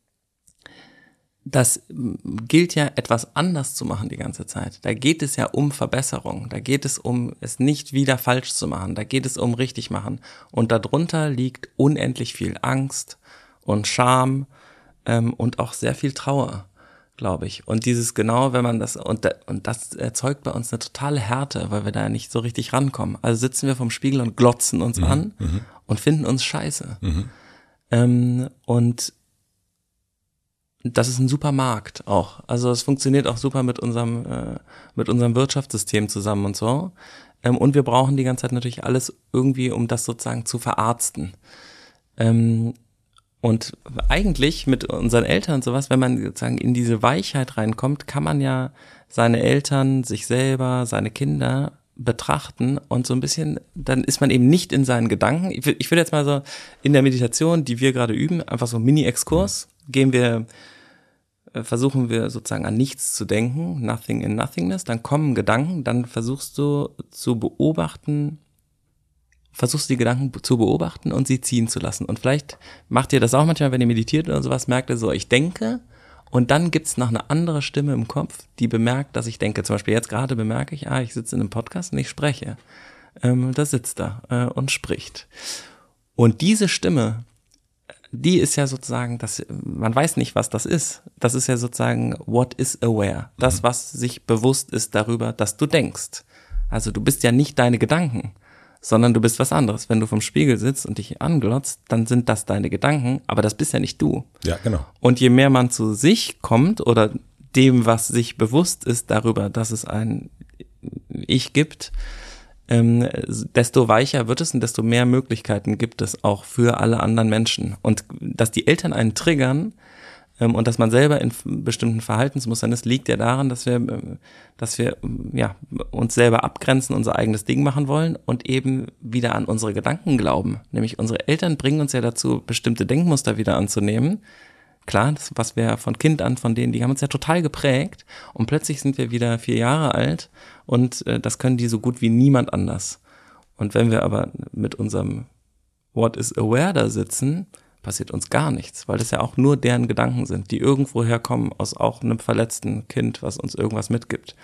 das gilt ja etwas anders zu machen die ganze Zeit. Da geht es ja um Verbesserung, da geht es um es nicht wieder falsch zu machen, da geht es um richtig machen. Und darunter liegt unendlich viel Angst und Scham und auch sehr viel Trauer, glaube ich. Und dieses genau, wenn man das, und das erzeugt bei uns eine totale Härte, weil wir da nicht so richtig rankommen. Also sitzen wir vorm Spiegel und glotzen uns an und finden uns scheiße. Und das ist ein super Markt auch. Also es funktioniert auch super mit unserem Wirtschaftssystem zusammen und so. Und wir brauchen die ganze Zeit natürlich alles irgendwie, um das sozusagen zu verarzten. Und eigentlich mit unseren Eltern und sowas, wenn man sozusagen in diese Weichheit reinkommt, kann man ja seine Eltern, sich selber, seine Kinder betrachten und so ein bisschen, dann ist man eben nicht in seinen Gedanken. Ich würde jetzt mal so in der Meditation, die wir gerade üben, einfach so einen Mini-Exkurs, versuchen wir sozusagen an nichts zu denken, nothing in nothingness, dann kommen Gedanken, dann versuchst du die Gedanken zu beobachten und sie ziehen zu lassen. Und vielleicht macht ihr das auch manchmal, wenn ihr meditiert oder sowas, merkt ihr so, ich denke, und dann gibt's noch eine andere Stimme im Kopf, die bemerkt, dass ich denke. Zum Beispiel jetzt gerade bemerke ich, ich sitze in einem Podcast und ich spreche. Da sitzt er und spricht. Und diese Stimme, die ist ja sozusagen, man weiß nicht, was das ist. Das ist ja sozusagen what is aware. Das, was sich bewusst ist darüber, dass du denkst. Also du bist ja nicht deine Gedanken, sondern du bist was anderes. Wenn du vom Spiegel sitzt und dich anglotzt, dann sind das deine Gedanken, aber das bist ja nicht du. Ja, genau. Und je mehr man zu sich kommt oder dem, was sich bewusst ist darüber, dass es ein Ich gibt, desto weicher wird es und desto mehr Möglichkeiten gibt es auch für alle anderen Menschen. Und dass die Eltern einen triggern und dass man selber in bestimmten Verhaltensmustern ist, liegt ja daran, dass wir uns selber abgrenzen, unser eigenes Ding machen wollen und eben wieder an unsere Gedanken glauben. Nämlich unsere Eltern bringen uns ja dazu, bestimmte Denkmuster wieder anzunehmen. Klar, das, was wir von Kind an, von denen, die haben uns ja total geprägt und plötzlich sind wir wieder 4 Jahre alt und das können die so gut wie niemand anders. Und wenn wir aber mit unserem What is Aware da sitzen, passiert uns gar nichts, weil das ja auch nur deren Gedanken sind, die irgendwo herkommen aus auch einem verletzten Kind, was uns irgendwas mitgibt.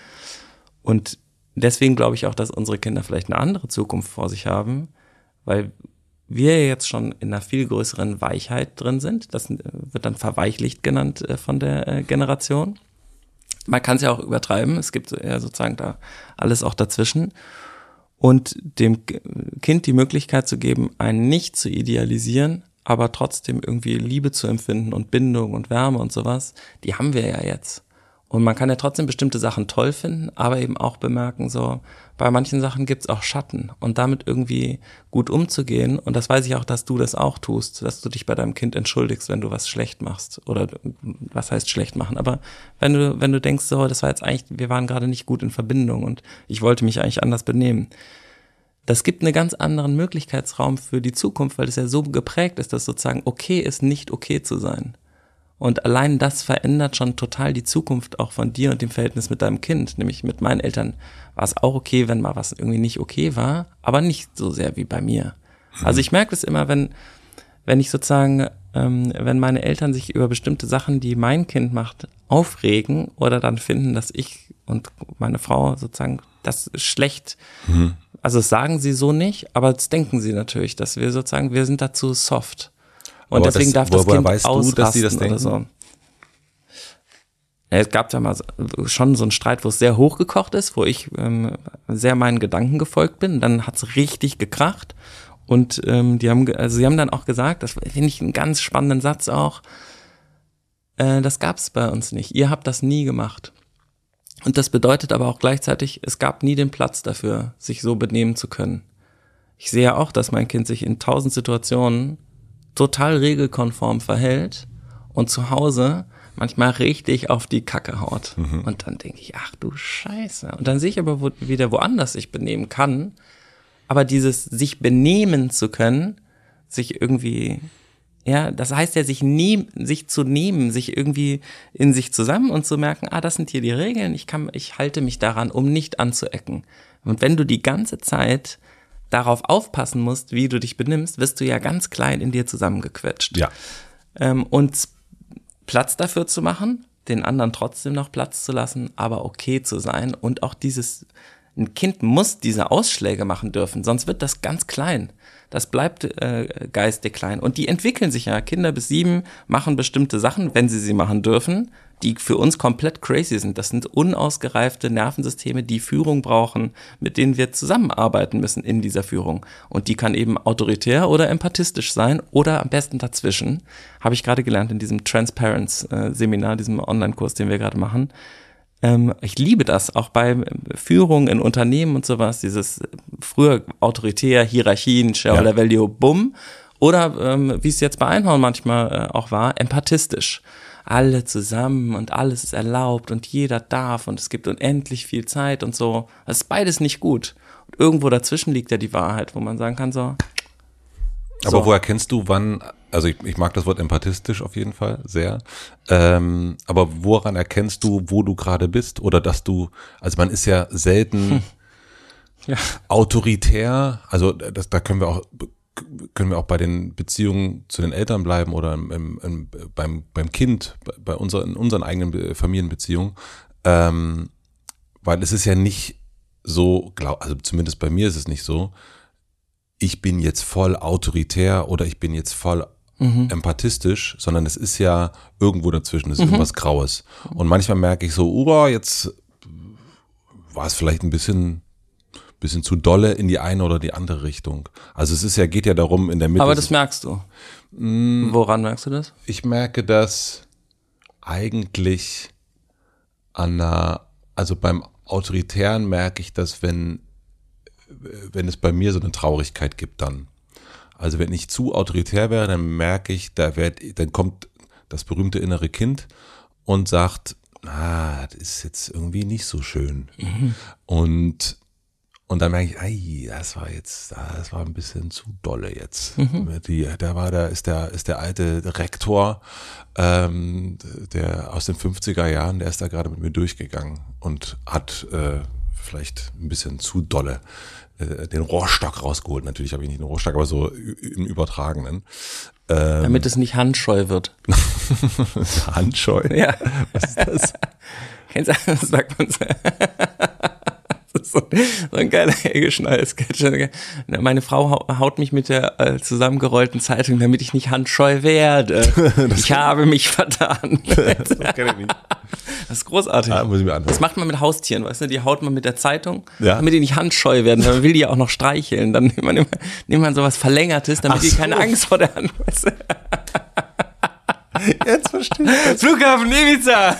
Und deswegen glaube ich auch, dass unsere Kinder vielleicht eine andere Zukunft vor sich haben, weil wir jetzt schon in einer viel größeren Weichheit drin sind. Das wird dann verweichlicht genannt von der Generation. Man kann es ja auch übertreiben. Es gibt ja sozusagen da alles auch dazwischen. Und dem Kind die Möglichkeit zu geben, einen nicht zu idealisieren, aber trotzdem irgendwie Liebe zu empfinden und Bindung und Wärme und sowas, die haben wir ja jetzt. Und man kann ja trotzdem bestimmte Sachen toll finden, aber eben auch bemerken, so bei manchen Sachen gibt's auch Schatten und damit irgendwie gut umzugehen. Und das weiß ich auch, dass du das auch tust, dass du dich bei deinem Kind entschuldigst, wenn du was schlecht machst oder was heißt schlecht machen. Aber wenn du denkst, so, das war jetzt eigentlich, wir waren gerade nicht gut in Verbindung und ich wollte mich eigentlich anders benehmen. Das gibt einen ganz anderen Möglichkeitsraum für die Zukunft, weil es ja so geprägt ist, dass sozusagen okay ist, nicht okay zu sein. Und allein das verändert schon total die Zukunft auch von dir und dem Verhältnis mit deinem Kind. Nämlich mit meinen Eltern war es auch okay, wenn mal was irgendwie nicht okay war, aber nicht so sehr wie bei mir. Also ich merke das immer, wenn ich sozusagen, wenn meine Eltern sich über bestimmte Sachen, die mein Kind macht, aufregen oder dann finden, dass ich und meine Frau sozusagen das schlecht, also das sagen sie so nicht, aber das denken sie natürlich, dass wir sozusagen, wir sind dazu soft. Und aber deswegen darf das Kind ausrasten dass die das denken? Oder so. Ja, es gab ja mal schon so einen Streit, wo es sehr hochgekocht ist, wo ich sehr meinen Gedanken gefolgt bin. Dann hat's richtig gekracht. Und sie haben dann auch gesagt, das finde ich einen ganz spannenden Satz auch, das gab's bei uns nicht. Ihr habt das nie gemacht. Und das bedeutet aber auch gleichzeitig, es gab nie den Platz dafür, sich so benehmen zu können. Ich sehe ja auch, dass mein Kind sich in 1000 Situationen total regelkonform verhält und zu Hause manchmal richtig auf die Kacke haut. Und dann denke ich, ach du Scheiße. Und dann sehe ich aber wieder woanders sich benehmen kann. Aber dieses sich benehmen zu können, sich irgendwie Ja, das heißt ja, sich zu nehmen, sich irgendwie in sich zusammen und zu merken, das sind hier die Regeln, ich halte mich daran, um nicht anzuecken. Und wenn du die ganze Zeit darauf aufpassen musst, wie du dich benimmst, wirst du ja ganz klein in dir zusammengequetscht. Ja. Und Platz dafür zu machen, den anderen trotzdem noch Platz zu lassen, aber okay zu sein und auch ein Kind muss diese Ausschläge machen dürfen, sonst wird das ganz klein. Das bleibt geistig klein. Und die entwickeln sich ja. Kinder bis 7 machen bestimmte Sachen, wenn sie machen dürfen, die für uns komplett crazy sind. Das sind unausgereifte Nervensysteme, die Führung brauchen, mit denen wir zusammenarbeiten müssen in dieser Führung. Und die kann eben autoritär oder empathistisch sein oder am besten dazwischen. Habe ich gerade gelernt in diesem Transparence-Seminar, diesem Online-Kurs, den wir gerade machen. Ich liebe das, auch bei Führung in Unternehmen und sowas, dieses früher autoritär, Hierarchien, Shareholder Value, bumm. Oder wie es jetzt bei Einhorn manchmal auch war, empathistisch. Alle zusammen und alles ist erlaubt und jeder darf und es gibt unendlich viel Zeit und so. Das ist beides nicht gut. Und irgendwo dazwischen liegt ja die Wahrheit, wo man sagen kann so. Aber woher kennst du, wann, also ich mag das Wort empathistisch auf jeden Fall sehr, aber woran erkennst du, wo du gerade bist oder dass du, also man ist ja selten autoritär, also da können wir auch bei den Beziehungen zu den Eltern bleiben oder beim Kind, in unseren eigenen Familienbeziehungen, weil es ist ja nicht so, also zumindest bei mir ist es nicht so, ich bin jetzt voll autoritär oder ich bin jetzt voll empathistisch, sondern es ist ja irgendwo dazwischen, es ist irgendwas Graues. Und manchmal merke ich so, jetzt war es vielleicht ein bisschen zu dolle in die eine oder die andere Richtung. Also geht ja darum in der Mitte. Aber das merkst du. Woran merkst du das? Ich merke das eigentlich also beim Autoritären merke ich das, wenn es bei mir so eine Traurigkeit gibt dann. Also wenn ich zu autoritär wäre, dann merke ich, dann kommt das berühmte innere Kind und sagt, das ist jetzt irgendwie nicht so schön. Und dann merke ich, das war ein bisschen zu dolle jetzt. Da ist der alte Rektor, der aus den 50er Jahren, der ist da gerade mit mir durchgegangen und hat vielleicht ein bisschen zu dolle den Rohrstock rausgeholt. Natürlich habe ich nicht einen Rohrstock, aber so im Übertragenen. Damit es nicht handscheu wird. Handscheu? Ja. Was ist das? Kennst du, das sagt man so. Das ist so ein geiler Geschnall-Sketch. Meine Frau haut mich mit der zusammengerollten Zeitung, damit ich nicht handscheu werde. Ich habe mich vertan. Das kenne ich nicht. Das ist großartig. Muss ich mir anhören. Das macht man mit Haustieren, weißt du? Die haut man mit der Zeitung, damit die nicht handscheu werden. Man will die ja auch noch streicheln. Dann nimmt man sowas Verlängertes, damit die keine Angst vor der Hand haben. Jetzt verstehe ich. Flughafen Ibiza.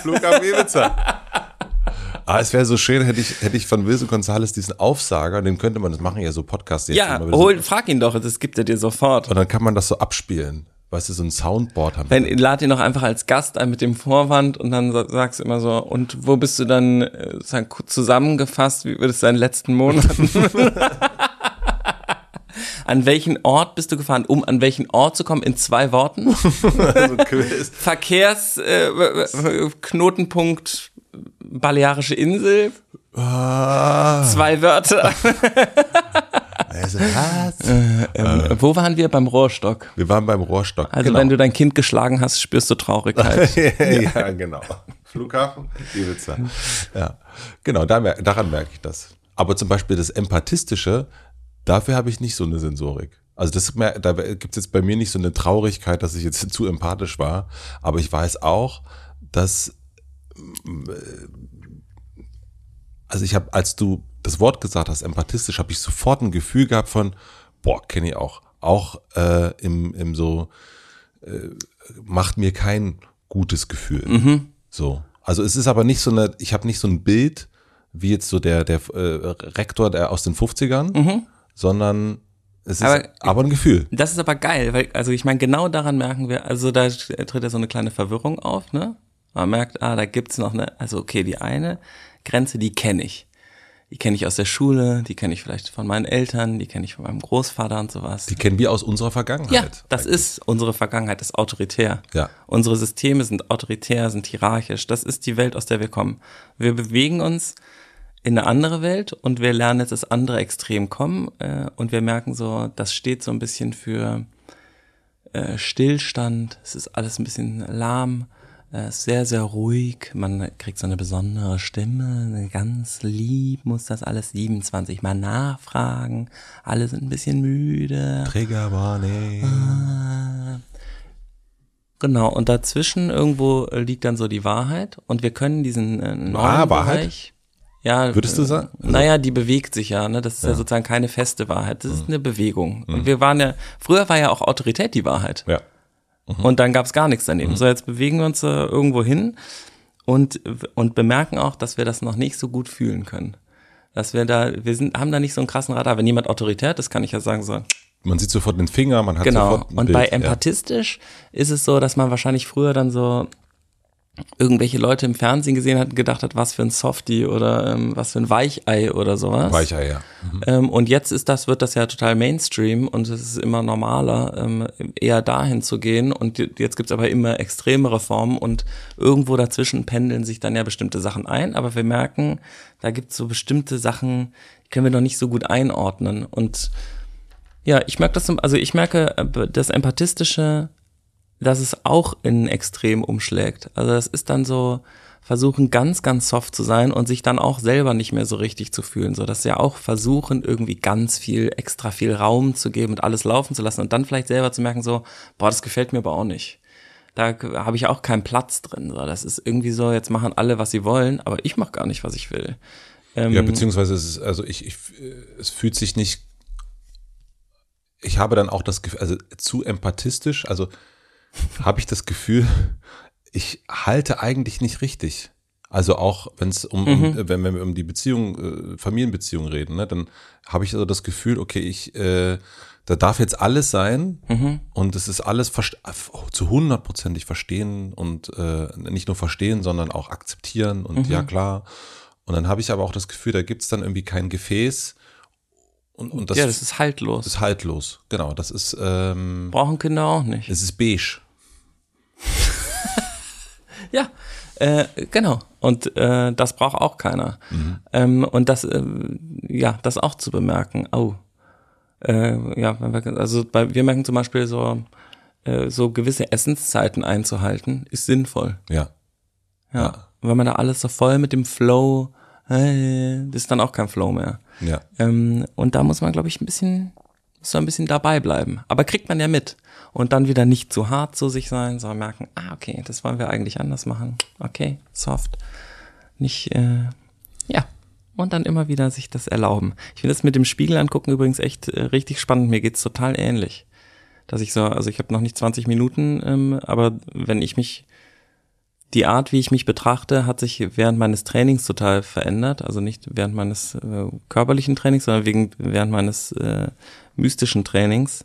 Es wäre so schön, hätte ich von Wilson González diesen Aufsager, den könnte man, das machen ja so Podcasts jetzt. Ja, frag ihn doch, das gibt er dir sofort. Und dann kann man das so abspielen. Weißt du, so ein Soundboard haben wir. Lad ihn noch einfach als Gast ein mit dem Vorwand und dann sagst du immer so, und wo bist du dann zusammengefasst, wie wird es deinen letzten Monaten? An welchen Ort bist du gefahren, um an welchen Ort zu kommen? In 2 Worten? Also Knotenpunkt Balearische Insel. 2 Wörter. Also, wo waren wir? Beim Rohrstock. Wir waren beim Rohrstock. Also wenn du dein Kind geschlagen hast, spürst du Traurigkeit. Ja, genau. Flughafen, Ibiza. Ja, genau, daran merke ich das. Aber zum Beispiel das Empathistische, dafür habe ich nicht so eine Sensorik. Also da gibt es jetzt bei mir nicht so eine Traurigkeit, dass ich jetzt zu empathisch war. Aber ich weiß auch, dass also ich habe, als du das Wort gesagt hast, empathistisch, habe ich sofort ein Gefühl gehabt von, kenne ich auch. Auch im so, macht mir kein gutes Gefühl. So. Also es ist aber nicht so ich habe nicht so ein Bild, wie jetzt so der Rektor aus den 50ern, sondern es ist aber ein Gefühl. Das ist aber geil, weil, also ich meine, genau daran merken wir, also da tritt ja so eine kleine Verwirrung auf, ne? Man merkt, da gibt's noch die eine Grenze, die kenne ich. Die kenne ich aus der Schule, die kenne ich vielleicht von meinen Eltern, die kenne ich von meinem Großvater und sowas. Die kennen wir aus unserer Vergangenheit. Ja, das ist unsere Vergangenheit, ist autoritär. Ja. Unsere Systeme sind autoritär, sind hierarchisch. Das ist die Welt, aus der wir kommen. Wir bewegen uns in eine andere Welt und wir lernen jetzt das andere Extrem kommen und wir merken so, das steht so ein bisschen für Stillstand. Es ist alles ein bisschen lahm. Sehr, sehr ruhig. Man kriegt so eine besondere Stimme. Ganz lieb muss das alles 27 Mal nachfragen. Alle sind ein bisschen müde. Triggerwarning. Genau, und dazwischen irgendwo liegt dann so die Wahrheit. Und wir können diesen neuen Wahrheit? Bereich... Ja, Würdest du sagen? Also, naja, die bewegt sich ja, ne? Das ist ja sozusagen keine feste Wahrheit. Das ist eine Bewegung. Und wir waren ja, früher war ja auch Autorität die Wahrheit. Ja. Und dann gab es gar nichts daneben. So, jetzt bewegen wir uns irgendwo hin und bemerken auch, dass wir das noch nicht so gut fühlen können. Dass wir haben da nicht so einen krassen Radar. Wenn jemand autoritär ist, kann ich ja sagen so. Man sieht sofort den Finger, man hat Genau. sofort ein Und Bild. bei empathistisch ist es so, dass man wahrscheinlich früher dann so irgendwelche Leute im Fernsehen gesehen hat und gedacht hat, was für ein Softie oder was für ein Weichei oder sowas. Weichei, ja. Und jetzt wird das ja total Mainstream und es ist immer normaler, eher dahin zu gehen. Und jetzt gibt's aber immer extremere Formen und irgendwo dazwischen pendeln sich dann ja bestimmte Sachen ein. Aber wir merken, da gibt's so bestimmte Sachen, die können wir noch nicht so gut einordnen. Und ja, ich merke das Empathistische, dass es auch in Extrem umschlägt. Also das ist dann so, versuchen ganz, ganz soft zu sein und sich dann auch selber nicht mehr so richtig zu fühlen. So, dass ja auch versuchen, irgendwie extra viel Raum zu geben und alles laufen zu lassen und dann vielleicht selber zu merken so, boah, das gefällt mir aber auch nicht. Da habe ich auch keinen Platz drin. So, das ist irgendwie so, jetzt machen alle, was sie wollen, aber ich mache gar nicht, was ich will. Ja, beziehungsweise es fühlt sich nicht, ich habe dann auch das Gefühl, also zu empathistisch, also habe ich das Gefühl, ich halte eigentlich nicht richtig. Also auch wenn es wenn wir um die Beziehung, Familienbeziehung reden, ne, dann habe ich also das Gefühl, okay, da darf jetzt alles sein und es ist alles zu 100%ig verstehen und nicht nur verstehen, sondern auch akzeptieren und ja klar. Und dann habe ich aber auch das Gefühl, da gibt es dann irgendwie kein Gefäß. Und das ist haltlos. Das ist haltlos, genau. Das ist brauchen Kinder auch nicht. Es ist beige. Ja, genau. Und das braucht auch keiner. Und das auch zu bemerken. Oh, wir merken zum Beispiel so gewisse Essenszeiten einzuhalten, ist sinnvoll. Ja. Ja. Wenn man da alles so voll mit dem Flow, das ist dann auch kein Flow mehr. Ja. Und da muss man, glaube ich, ein bisschen dabei bleiben. Aber kriegt man ja mit. Und dann wieder nicht zu hart zu sich sein, sondern merken, okay, das wollen wir eigentlich anders machen. Okay, soft. Nicht, Und dann immer wieder sich das erlauben. Ich finde das mit dem Spiegel angucken übrigens echt richtig spannend. Mir geht's total ähnlich. Dass ich also ich habe noch nicht 20 Minuten, aber die Art, wie ich mich betrachte, hat sich während meines Trainings total verändert. Also nicht während meines körperlichen Trainings, sondern während meines mystischen Trainings.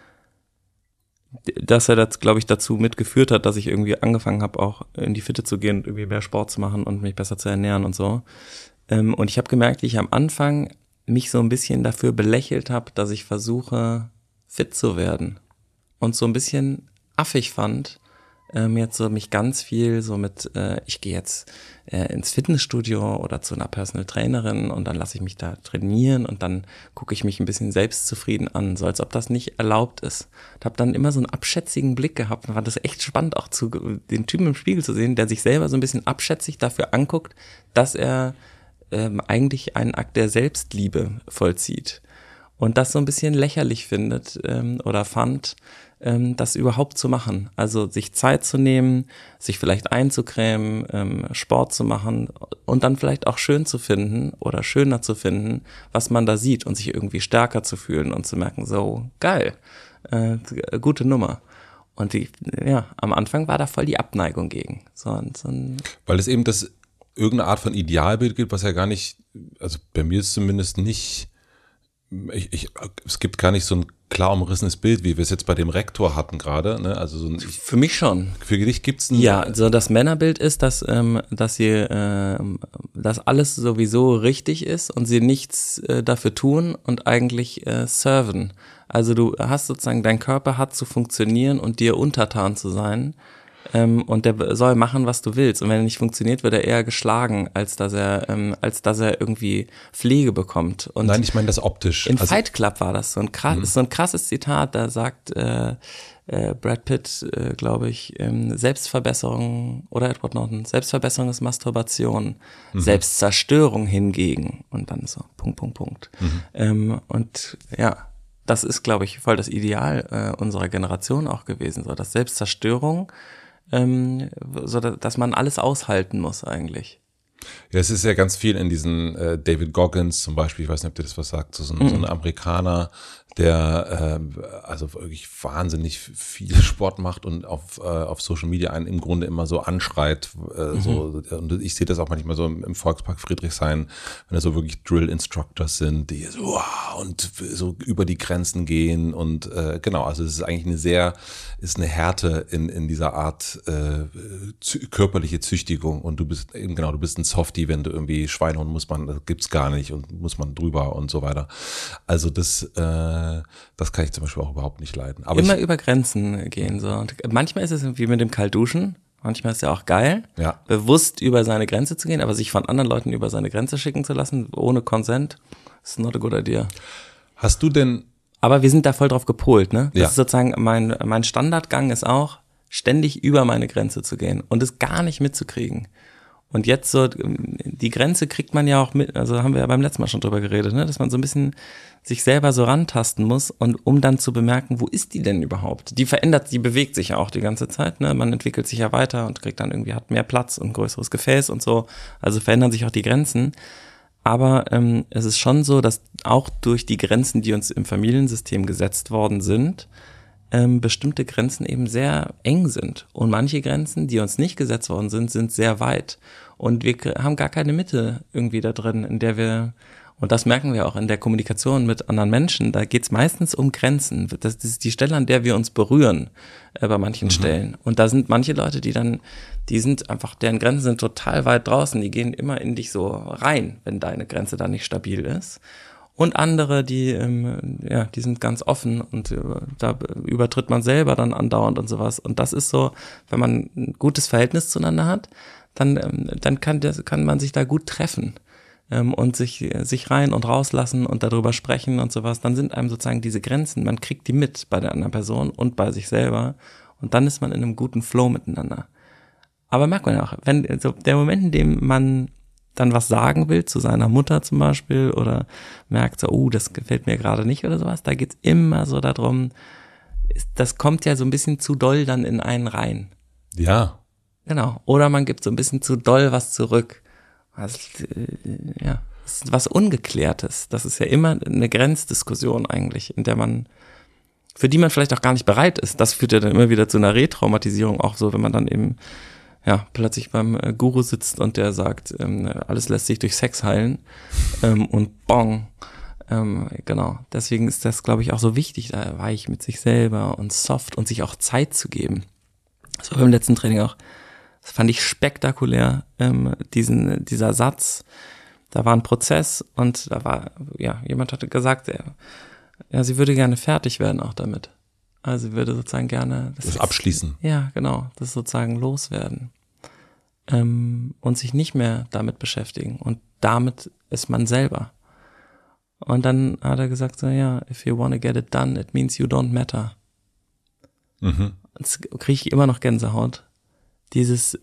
Dass er das, glaube ich, dazu mitgeführt hat, dass ich irgendwie angefangen habe, auch in die Fitte zu gehen und irgendwie mehr Sport zu machen und mich besser zu ernähren und so. Und ich habe gemerkt, wie ich am Anfang mich so ein bisschen dafür belächelt habe, dass ich versuche, fit zu werden. Und so ein bisschen affig fand, jetzt so mich ganz viel so mit, ich gehe jetzt ins Fitnessstudio oder zu einer Personal Trainerin und dann lasse ich mich da trainieren und dann gucke ich mich ein bisschen selbstzufrieden an, so als ob das nicht erlaubt ist. Ich habe dann immer so einen abschätzigen Blick gehabt und fand das echt spannend, auch den Typen im Spiegel zu sehen, der sich selber so ein bisschen abschätzig dafür anguckt, dass er eigentlich einen Akt der Selbstliebe vollzieht. Und das so ein bisschen lächerlich findet oder fand, das überhaupt zu machen. Also sich Zeit zu nehmen, sich vielleicht einzucremen, Sport zu machen und dann vielleicht auch schön zu finden oder schöner zu finden, was man da sieht und sich irgendwie stärker zu fühlen und zu merken, so geil, gute Nummer. Und am Anfang war da voll die Abneigung gegen. Weil es eben irgendeine Art von Idealbild gibt, was ja gar nicht, also bei mir ist zumindest nicht, es gibt gar nicht so ein klar umrissenes Bild, wie wir es jetzt bei dem Rektor hatten gerade. Ne? Also für mich schon. Für dich gibt es ein... Ja, so das Männerbild ist, dass alles sowieso richtig ist und sie nichts dafür tun und eigentlich serven. Also du hast sozusagen, dein Körper hat zu funktionieren und dir untertan zu sein. Und der soll machen, was du willst. Und wenn er nicht funktioniert, wird er eher geschlagen, als dass er irgendwie Pflege bekommt. Und nein, ich meine das optisch. In Fight Club war das so ein krasses Zitat. Da sagt Brad Pitt, glaube ich, Selbstverbesserung oder Edward Norton, Selbstverbesserung ist Masturbation, Selbstzerstörung hingegen. Und dann so Punkt. Und ja, das ist, glaube ich, voll das Ideal unserer Generation auch gewesen, so dass Selbstzerstörung, so dass man alles aushalten muss eigentlich. Ja, es ist ja ganz viel in diesen David Goggins zum Beispiel, ich weiß nicht, ob dir das was sagt, so ein Amerikaner, der also wirklich wahnsinnig viel Sport macht und auf Social Media einen im Grunde immer so anschreit. So, und ich sehe das auch manchmal so im Volkspark Friedrichshain, wenn da so wirklich Drill-Instructors sind, die so wow, und so über die Grenzen gehen und genau, also es ist eigentlich eine Härte in dieser Art körperliche Züchtigung und du bist ein Softie, wenn du irgendwie Schweinehund das gibt's gar nicht und muss man drüber und so weiter. Also das kann ich zum Beispiel auch überhaupt nicht leiden. Aber immer über Grenzen gehen so. Und manchmal ist es wie mit dem Kaltduschen. Manchmal ist es ja auch geil, bewusst über seine Grenze zu gehen, aber sich von anderen Leuten über seine Grenze schicken zu lassen, ohne Consent, ist not a good idea. Hast du denn... Aber wir sind da voll drauf gepolt, ne? Das ja. ist sozusagen, mein Standardgang ist auch, ständig über meine Grenze zu gehen und es gar nicht mitzukriegen. Und jetzt so, die Grenze kriegt man ja auch mit, also haben wir ja beim letzten Mal schon drüber geredet, ne, dass man so ein bisschen sich selber so rantasten muss und um dann zu bemerken, wo ist die denn überhaupt? Die bewegt sich ja auch die ganze Zeit, ne, man entwickelt sich ja weiter und kriegt dann irgendwie, hat mehr Platz und ein größeres Gefäß und so, also verändern sich auch die Grenzen. Aber es ist schon so, dass auch durch die Grenzen, die uns im Familiensystem gesetzt worden sind, bestimmte Grenzen eben sehr eng sind. Und manche Grenzen, die uns nicht gesetzt worden sind, sind sehr weit. Und wir haben gar keine Mitte irgendwie da drin, in der wir, und das merken wir auch in der Kommunikation mit anderen Menschen, da geht es meistens um Grenzen. Das ist die Stelle, an der wir uns berühren bei manchen Stellen. Und da sind manche Leute, die sind einfach, deren Grenzen sind total weit draußen, die gehen immer in dich so rein, wenn deine Grenze da nicht stabil ist. Und andere, die sind ganz offen und da übertritt man selber dann andauernd und sowas. Und das ist so, wenn man ein gutes Verhältnis zueinander hat, dann kann man sich da gut treffen und sich rein und rauslassen und darüber sprechen und sowas. Dann sind einem sozusagen diese Grenzen, man kriegt die mit bei der anderen Person und bei sich selber und dann ist man in einem guten Flow miteinander. Aber merkt man ja auch, wenn so der Moment, in dem man dann was sagen will zu seiner Mutter zum Beispiel oder merkt so, das gefällt mir gerade nicht oder sowas, da geht's immer so darum, das kommt ja so ein bisschen zu doll dann in einen rein. Ja. Genau. Oder man gibt so ein bisschen zu doll was zurück. Das ist was Ungeklärtes. Das ist ja immer eine Grenzdiskussion eigentlich, für die man vielleicht auch gar nicht bereit ist. Das führt ja dann immer wieder zu einer Retraumatisierung auch so, wenn man dann eben plötzlich beim Guru sitzt und der sagt, alles lässt sich durch Sex heilen und bong. Genau, deswegen ist das, glaube ich, auch so wichtig, da weich mit sich selber und soft und sich auch Zeit zu geben. Das war beim letzten Training auch, das fand ich spektakulär, dieser Satz, da war ein Prozess und da war, jemand hatte gesagt, sie würde gerne fertig werden auch damit. Also sie würde sozusagen gerne das abschließen. Ja, genau, das sozusagen loswerden. Und sich nicht mehr damit beschäftigen. Und damit ist man selber. Und dann hat er gesagt, so, if you want to get it done, it means you don't matter. Jetzt kriege ich immer noch Gänsehaut. Dieses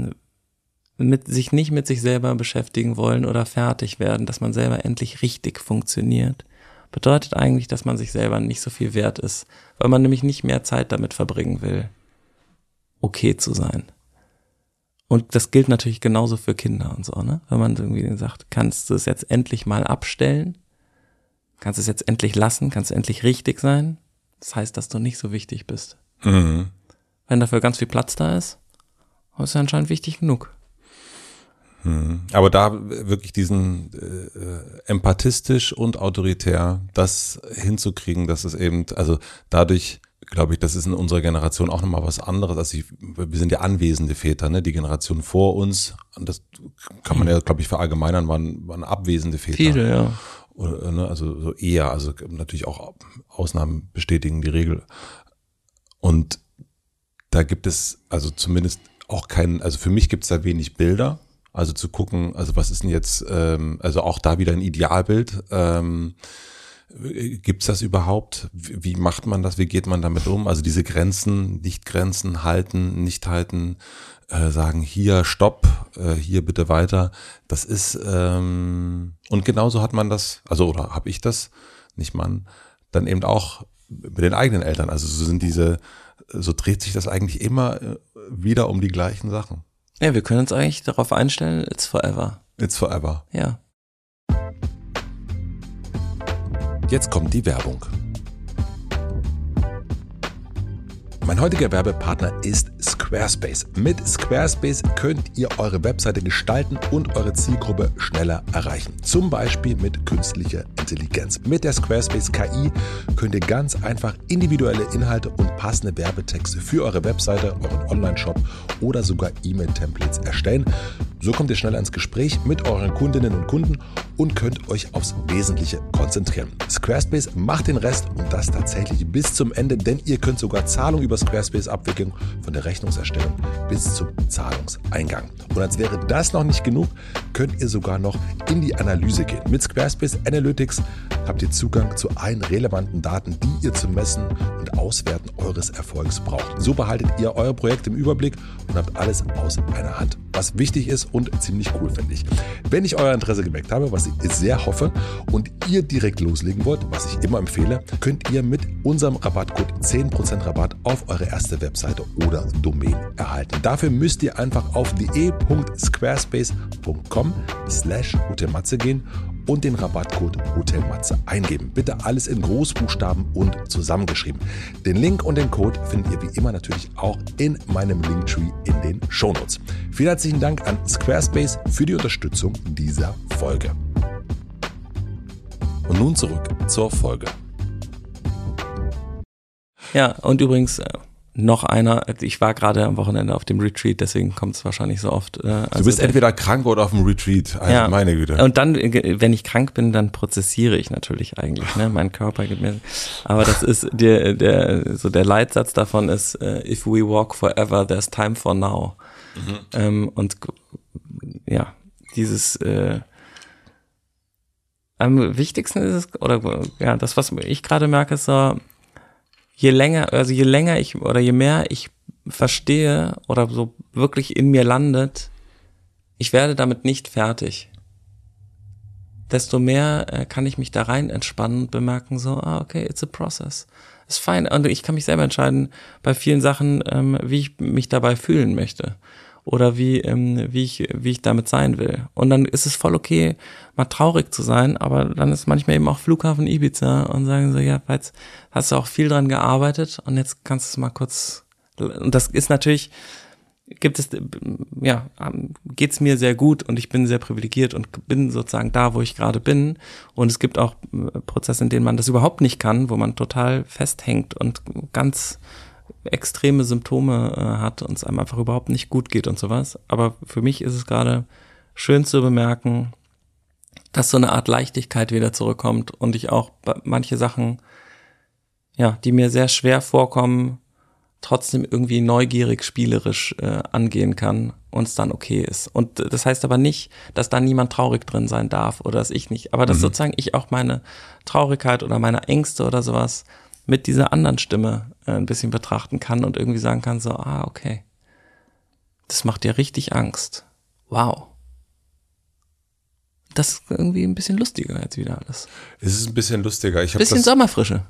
sich nicht mit sich selber beschäftigen wollen oder fertig werden, dass man selber endlich richtig funktioniert, bedeutet eigentlich, dass man sich selber nicht so viel wert ist, weil man nämlich nicht mehr Zeit damit verbringen will, okay zu sein. Und das gilt natürlich genauso für Kinder und so, ne? Wenn man irgendwie sagt, kannst du es jetzt endlich mal abstellen? Kannst du es jetzt endlich lassen? Kannst du endlich richtig sein? Das heißt, dass du nicht so wichtig bist. Wenn dafür ganz viel Platz da ist, ist ja anscheinend wichtig genug. Aber da wirklich diesen empathistisch und autoritär das hinzukriegen, dass es eben, also dadurch, glaube ich, das ist in unserer Generation auch nochmal was anderes. Also wir sind ja anwesende Väter, ne? Die Generation vor uns, und das kann man ja, glaube ich, verallgemeinern, waren abwesende Väter. Viele, ja. Oder, ne? Also so eher, also natürlich auch Ausnahmen bestätigen die Regel. Und da gibt es also zumindest auch also für mich gibt es da wenig Bilder. Also zu gucken, also was ist denn jetzt, also auch da wieder ein Idealbild. Gibt's das überhaupt? Wie macht man das? Wie geht man damit um? Also diese Grenzen, Nicht-Grenzen, halten, nicht halten, sagen hier Stopp, hier bitte weiter. Das ist, und genauso hat man das, also oder habe ich das, nicht Mann, dann eben auch mit den eigenen Eltern. Also so dreht sich das eigentlich immer wieder um die gleichen Sachen. Ja, wir können uns eigentlich darauf einstellen, it's forever. It's forever. Ja. Jetzt kommt die Werbung. Mein heutiger Werbepartner ist Squarespace. Mit Squarespace könnt ihr eure Webseite gestalten und eure Zielgruppe schneller erreichen. Zum Beispiel mit künstlicher Intelligenz. Mit der Squarespace KI könnt ihr ganz einfach individuelle Inhalte und passende Werbetexte für eure Webseite, euren Online-Shop oder sogar E-Mail-Templates erstellen. So kommt ihr schneller ins Gespräch mit euren Kundinnen und Kunden und könnt euch aufs Wesentliche konzentrieren. Squarespace macht den Rest und das tatsächlich bis zum Ende, denn ihr könnt sogar Zahlungen über Squarespace abwickeln, von der Rechnungserstellung bis zum Zahlungseingang. Und als wäre das noch nicht genug, könnt ihr sogar noch in die Analyse gehen. Mit Squarespace Analytics habt ihr Zugang zu allen relevanten Daten, die ihr zum Messen und Auswerten eures Erfolgs braucht. So behaltet ihr euer Projekt im Überblick und habt alles aus einer Hand. Was wichtig ist und ziemlich cool, finde ich. Wenn ich euer Interesse geweckt habe, was ich sehr hoffe, und ihr direkt loslegen wollt, was ich immer empfehle, könnt ihr mit unserem Rabattcode 10% Rabatt auf eure erste Webseite oder Domain erhalten. Dafür müsst ihr einfach auf de.squarespace.com/hotelmatze gehen und den Rabattcode HOTELMATZE eingeben. Bitte alles in Großbuchstaben und zusammengeschrieben. Den Link und den Code findet ihr wie immer natürlich auch in meinem Linktree in den Shownotes. Vielen herzlichen Dank an Squarespace für die Unterstützung dieser Folge. Und nun zurück zur Folge. Ja, und übrigens noch einer, ich war gerade am Wochenende auf dem Retreat, deswegen kommt es wahrscheinlich so oft. Du bist entweder krank oder auf dem Retreat, also ja, meine Güte. Und dann, wenn ich krank bin, dann prozessiere ich natürlich eigentlich, ne? Mein Körper gibt mir, aber das ist der Leitsatz davon ist, if we walk forever, there's time for now. Und ja, dieses am wichtigsten ist es, oder ja, das, was ich gerade merke, ist so, je mehr ich verstehe oder so wirklich in mir landet, ich werde damit nicht fertig. Desto mehr kann ich mich da rein entspannen und bemerken so, okay, it's a process. Ist fein. Und ich kann mich selber entscheiden bei vielen Sachen, wie ich mich dabei fühlen möchte. Oder wie ich damit sein will. Und dann ist es voll okay, mal traurig zu sein, aber dann ist manchmal eben auch Flughafen Ibiza und sagen so, ja, jetzt hast du auch viel dran gearbeitet und jetzt kannst du es mal kurz, und das ist natürlich, geht's mir sehr gut und ich bin sehr privilegiert und bin sozusagen da, wo ich gerade bin. Und es gibt auch Prozesse, in denen man das überhaupt nicht kann, wo man total festhängt und ganz extreme Symptome hat und es einem einfach überhaupt nicht gut geht und sowas. Aber für mich ist es gerade schön zu bemerken, dass so eine Art Leichtigkeit wieder zurückkommt und ich auch manche Sachen, ja, die mir sehr schwer vorkommen, trotzdem irgendwie neugierig, spielerisch angehen kann und es dann okay ist. Und das heißt aber nicht, dass da niemand traurig drin sein darf oder dass ich nicht, aber dass sozusagen ich auch meine Traurigkeit oder meine Ängste oder sowas mit dieser anderen Stimme ein bisschen betrachten kann und irgendwie sagen kann so, okay, das macht dir richtig Angst. Wow. Das ist irgendwie ein bisschen lustiger jetzt wieder alles. Es ist ein bisschen lustiger. Bisschen Sommerfrische.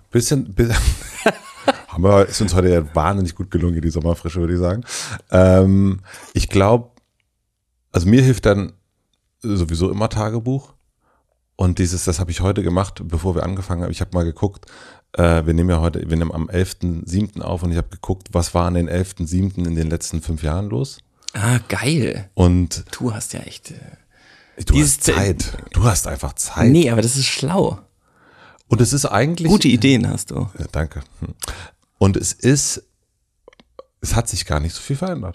Ist uns heute ja wahnsinnig gut gelungen, die Sommerfrische, würde ich sagen. Ich glaube, also mir hilft dann sowieso immer Tagebuch. Und das habe ich heute gemacht, bevor wir angefangen haben. Ich habe mal geguckt, wir nehmen am 11.7. auf und ich habe geguckt, was war an den 11.7. in den letzten 5 Jahren los. Ah, geil. Und Du hast ja echt... du hast Zeit. Du hast einfach Zeit. Nee, aber das ist schlau. Und es ist eigentlich... Gute Ideen hast du. Ja, danke. Und es hat sich gar nicht so viel verändert.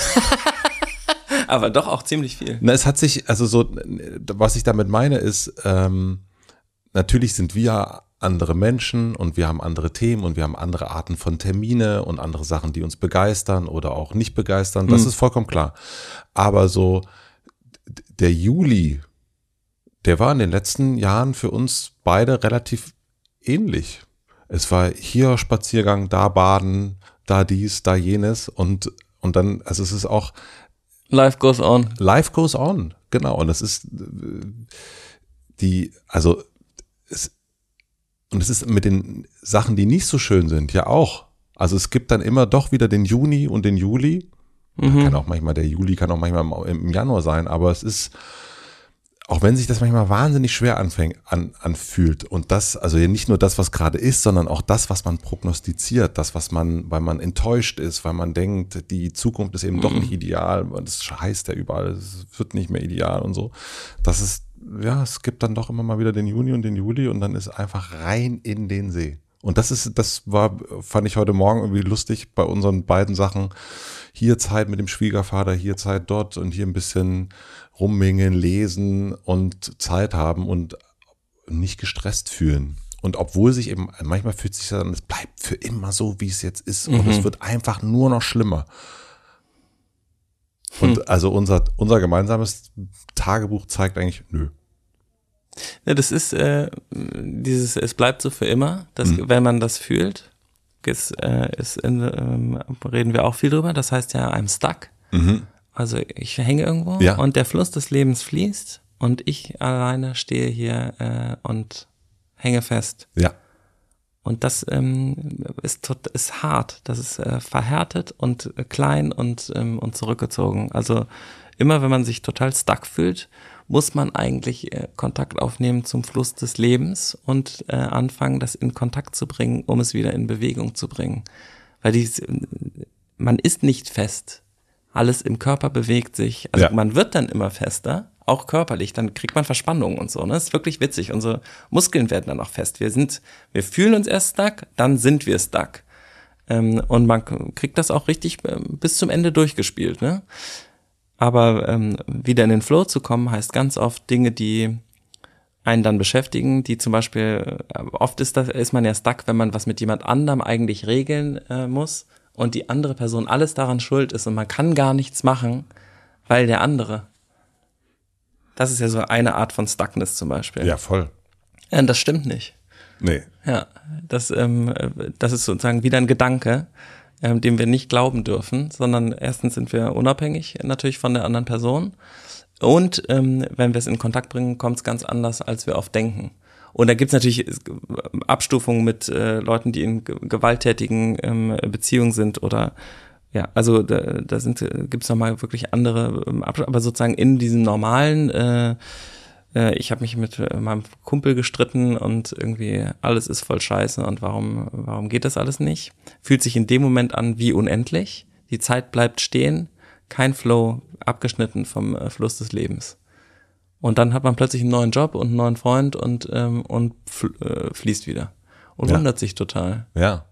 Aber doch auch ziemlich viel. Na, es hat sich, also so, was ich damit meine ist, natürlich sind wir andere Menschen und wir haben andere Themen und wir haben andere Arten von Termine und andere Sachen, die uns begeistern oder auch nicht begeistern. Das ist vollkommen klar. Aber so der Juli, der war in den letzten Jahren für uns beide relativ ähnlich. Es war hier Spaziergang, da Baden, da dies, da jenes und dann, also es ist auch Life goes on. Life goes on, genau. Und das ist es ist mit den Sachen, die nicht so schön sind, ja auch. Also es gibt dann immer doch wieder den Juni und den Juli. Der Juli kann auch manchmal im Januar sein, aber es ist, auch wenn sich das manchmal wahnsinnig schwer anfühlt und das, also nicht nur das, was gerade ist, sondern auch das, was man prognostiziert, das, weil man enttäuscht ist, weil man denkt, die Zukunft ist eben doch nicht ideal, das heißt ja überall, es wird nicht mehr ideal und so. Das ist, ja, es gibt dann doch immer mal wieder den Juni und den Juli und dann ist einfach rein in den See. Und fand ich heute Morgen irgendwie lustig bei unseren beiden Sachen. Hier Zeit mit dem Schwiegervater, hier Zeit dort und hier ein bisschen rummingeln, lesen und Zeit haben und nicht gestresst fühlen. Und obwohl sich eben, manchmal fühlt sich dann, es bleibt für immer so, wie es jetzt ist und es wird einfach nur noch schlimmer. Und also unser gemeinsames Tagebuch zeigt eigentlich, nö. Ja, das ist es bleibt so für immer, wenn man das fühlt, reden wir auch viel drüber, das heißt ja, I'm stuck. Also ich hänge irgendwo und der Fluss des Lebens fließt und ich alleine stehe hier und hänge fest. Ja. Und das ist hart, das ist verhärtet und klein und zurückgezogen. Also immer wenn man sich total stuck fühlt, muss man eigentlich Kontakt aufnehmen zum Fluss des Lebens und anfangen, das in Kontakt zu bringen, um es wieder in Bewegung zu bringen. Weil man ist nicht fest. Alles im Körper bewegt sich. Also man wird dann immer fester, auch körperlich. Dann kriegt man Verspannungen und so. Ne? Das ist wirklich witzig. Unsere Muskeln werden dann auch fest. Wir fühlen uns erst stuck, dann sind wir stuck. Und man kriegt das auch richtig bis zum Ende durchgespielt, ne? Aber wieder in den Flow zu kommen, heißt ganz oft Dinge, die einen dann beschäftigen, die zum Beispiel, oft ist man ja stuck, wenn man was mit jemand anderem eigentlich regeln muss und die andere Person alles daran schuld ist und man kann gar nichts machen, weil der andere. Das ist ja so eine Art von Stuckness zum Beispiel. Ja, voll. Ja, das stimmt nicht. Nee. Ja, das ist sozusagen wieder ein Gedanke, dem wir nicht glauben dürfen, sondern erstens sind wir unabhängig natürlich von der anderen Person und wenn wir es in Kontakt bringen, kommt es ganz anders, als wir oft denken. Und da gibt es natürlich Abstufungen mit Leuten, die in gewalttätigen Beziehungen sind oder ja, also da gibt es nochmal wirklich andere aber sozusagen in diesem normalen ich habe mich mit meinem Kumpel gestritten und irgendwie alles ist voll scheiße und warum geht das alles nicht? Fühlt sich in dem Moment an wie unendlich. Die Zeit bleibt stehen, kein Flow, abgeschnitten vom Fluss des Lebens. Und dann hat man plötzlich einen neuen Job und einen neuen Freund und fließt wieder und wundert sich total. Ja.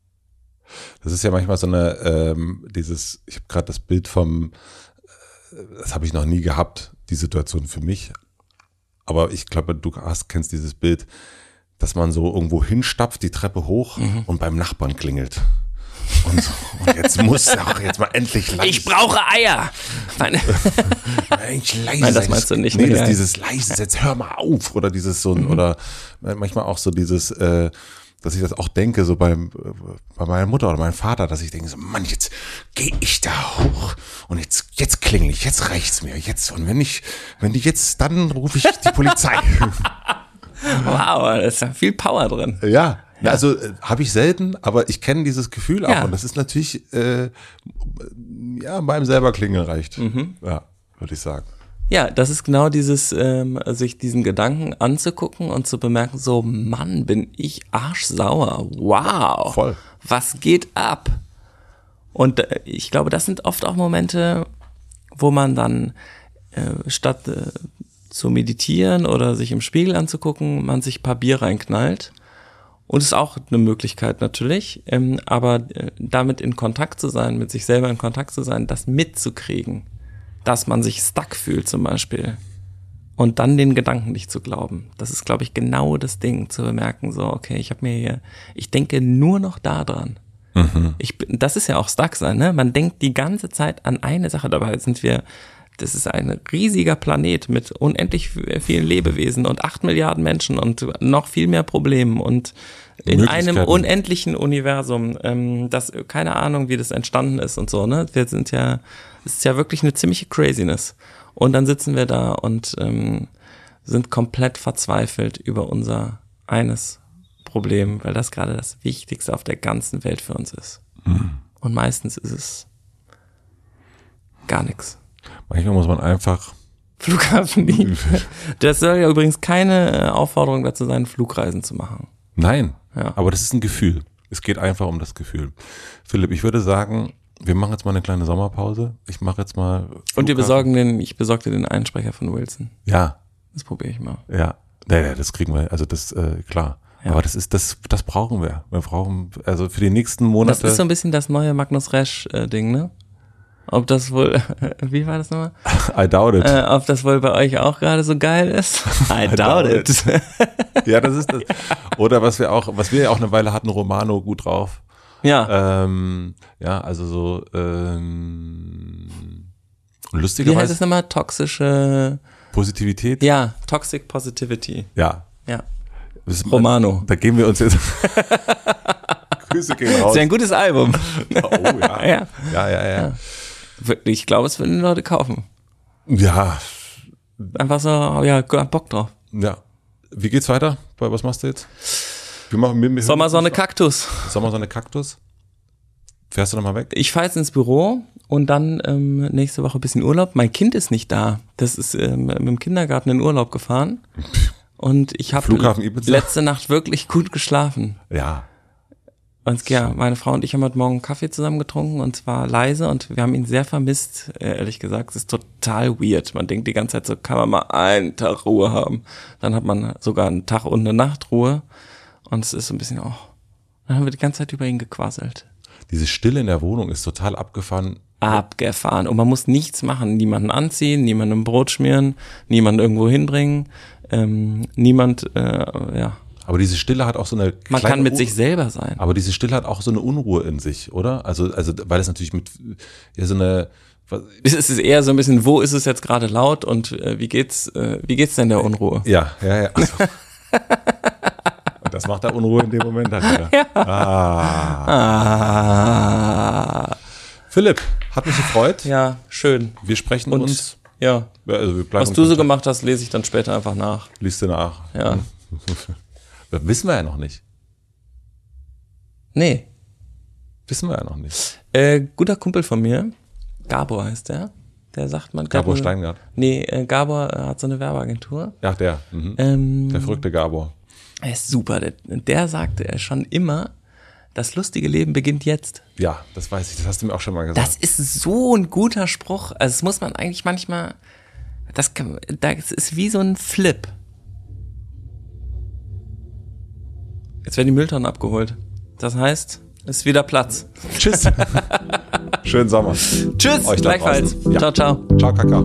Das ist ja manchmal so eine, ich habe gerade das Bild das habe ich noch nie gehabt, die Situation für mich. Aber ich glaube, du kennst dieses Bild, dass man so irgendwo hinstapft, die Treppe hoch und beim Nachbarn klingelt. Und jetzt muss jetzt mal endlich leise. Ich brauche Eier. Nein, das meinst du nicht. Nee, das dieses leise, jetzt hör mal auf. Oder dieses so, oder manchmal auch so dieses, dass ich das auch denke, so bei meiner Mutter oder meinem Vater, dass ich denke so, Mann, jetzt gehe ich da hoch und jetzt klingel ich, jetzt reicht's mir, jetzt. Und wenn ich jetzt, dann rufe ich die Polizei. Wow, da ist ja viel Power drin. Ja. Also habe ich selten, aber ich kenne dieses Gefühl auch und das ist natürlich, beim selber klingeln reicht. Ja, würde ich sagen. Ja, das ist genau dieses, sich diesen Gedanken anzugucken und zu bemerken, so, Mann, bin ich arschsauer. Wow. Voll. Was geht ab? Und ich glaube, das sind oft auch Momente, wo man dann statt zu meditieren oder sich im Spiegel anzugucken, man sich ein paar Bier reinknallt. Und ist auch eine Möglichkeit natürlich, aber damit in Kontakt zu sein, mit sich selber in Kontakt zu sein, das mitzukriegen, dass man sich stuck fühlt zum Beispiel und dann den Gedanken nicht zu glauben. Das ist, glaube ich, genau das Ding, zu bemerken, so, okay, ich denke nur noch da dran. Das ist ja auch stuck sein, ne? Man denkt die ganze Zeit an eine Sache, dabei das ist ein riesiger Planet mit unendlich vielen Lebewesen und 8 Milliarden Menschen und noch viel mehr Problemen und in einem unendlichen Universum, das keine Ahnung, wie das entstanden ist und so, ne? Es ist ja wirklich eine ziemliche Craziness. Und dann sitzen wir da und sind komplett verzweifelt über unser eines Problem, weil das gerade das Wichtigste auf der ganzen Welt für uns ist. Und meistens ist es gar nichts. Manchmal muss man einfach Flughafen lieben. Das soll ja übrigens keine Aufforderung dazu sein, Flugreisen zu machen. Nein, Ja. aber das ist ein Gefühl. Es geht einfach um das Gefühl. Philipp, ich würde sagen, wir machen jetzt mal eine kleine Sommerpause. Ich mache jetzt mal Und ich besorge dir den Einsprecher von Wilson. Ja. Das probiere ich mal. Ja. Naja, das kriegen wir, also das, klar. Ja. Aber das brauchen wir. Wir brauchen, also für die nächsten Monate. Das ist so ein bisschen das neue Magnus Resch-Ding, ne? Ob das wohl, wie war das nochmal? I doubt it. Ob das wohl bei euch auch gerade so geil ist? I doubt it. Ja, das ist das. Oder was wir ja auch eine Weile hatten, Romano gut drauf. Ja. Ja, also so, Wie lustigerweise. heißt es nochmal? Toxische Positivität? Ja, Toxic Positivity. Ja. Ja. Romano. Da gehen wir uns jetzt. Grüße gehen raus. Das ist ja ein gutes Album. Oh ja. Ja. Ich glaube, es würden die Leute kaufen. Ja. Einfach so, ja, Bock drauf. Ja. Wie geht's weiter? Was machst du jetzt? Wir machen Sommersonne Kaktus. Sommersonne Kaktus. Fährst du nochmal weg? Ich fahre jetzt ins Büro und dann nächste Woche ein bisschen Urlaub. Mein Kind ist nicht da. Das ist mit dem Kindergarten in Urlaub gefahren. Und ich habe letzte Nacht wirklich gut geschlafen. Ja. Und ja, meine Frau und ich haben heute Morgen Kaffee zusammen getrunken und zwar leise und wir haben ihn sehr vermisst, ehrlich gesagt. Es ist total weird. Man denkt die ganze Zeit so, kann man mal einen Tag Ruhe haben. Dann hat man sogar einen Tag und eine Nacht Ruhe und es ist so ein bisschen, dann haben wir die ganze Zeit über ihn gequasselt. Diese Stille in der Wohnung ist total abgefahren. Abgefahren. Und man muss nichts machen. Niemanden anziehen, niemandem Brot schmieren, niemanden irgendwo hinbringen, niemand, ja. Aber diese Stille hat auch so eine Man kann mit sich selber sein. Aber diese Stille hat auch so eine Unruhe in sich, oder? Also weil es natürlich so eine. Es ist eher so ein bisschen, wo ist es jetzt gerade laut und wie geht's denn der Unruhe? Ja. Also. Und das macht da Unruhe in dem Moment halt. Ja. Philipp, hat mich gefreut. Ja, schön. Wir sprechen und, uns. Ja. Also wir bleiben was du so gemacht hast, lese ich dann später einfach nach. Liest du nach. Ja. Das wissen wir ja noch nicht. Nee. Wissen wir ja noch nicht. Guter Kumpel von mir, Gabor heißt der. Der sagt man. Gabor Steingart. Nee, Gabor hat so eine Werbeagentur. Ja, der. Der verrückte Gabor. Er ist super. Der sagte schon immer, das lustige Leben beginnt jetzt. Ja, das weiß ich. Das hast du mir auch schon mal gesagt. Das ist so ein guter Spruch. Also das muss man eigentlich manchmal, das ist wie so ein Flip. Jetzt werden die Mülltonnen abgeholt. Das heißt, es ist wieder Platz. Tschüss. Schönen Sommer. Tschüss. Euch Gleichfalls. Ja. Ciao, ciao. Ciao, Kakao.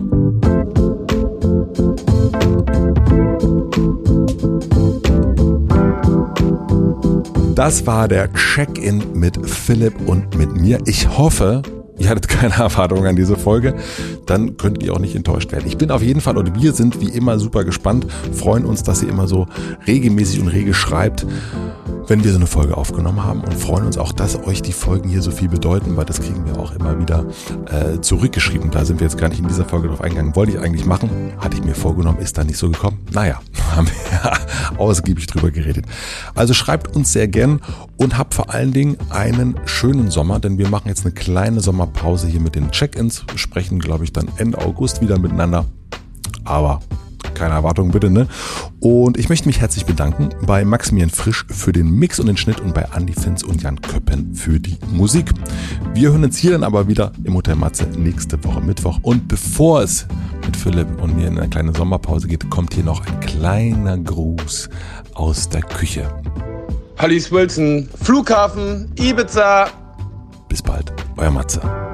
Das war der Check-in mit Philipp und mit mir. Ich hoffe, ihr hattet keine Erwartungen an diese Folge, dann könnt ihr auch nicht enttäuscht werden. Ich bin auf jeden Fall, und wir sind wie immer super gespannt, freuen uns, dass ihr immer so regelmäßig und rege schreibt, wenn wir so eine Folge aufgenommen haben und freuen uns auch, dass euch die Folgen hier so viel bedeuten, weil das kriegen wir auch immer wieder zurückgeschrieben. Da sind wir jetzt gar nicht in dieser Folge drauf eingegangen. Wollte ich eigentlich machen, hatte ich mir vorgenommen, ist da nicht so gekommen. Naja, haben wir ausgiebig drüber geredet. Also schreibt uns sehr gern und habt vor allen Dingen einen schönen Sommer, denn wir machen jetzt eine kleine Sommerpause hier mit den Check-ins. Wir sprechen, glaube ich, dann Ende August wieder miteinander. Aber Keine Erwartungen bitte, ne? Und ich möchte mich herzlich bedanken bei Maximilian Frisch für den Mix und den Schnitt und bei Andi Finz und Jan Köppen für die Musik. Wir hören uns hier dann aber wieder im Hotel Matze nächste Woche Mittwoch. Und bevor es mit Philipp und mir in eine kleine Sommerpause geht, kommt hier noch ein kleiner Gruß aus der Küche. Alice Wilson, Flughafen, Ibiza. Bis bald, euer Matze.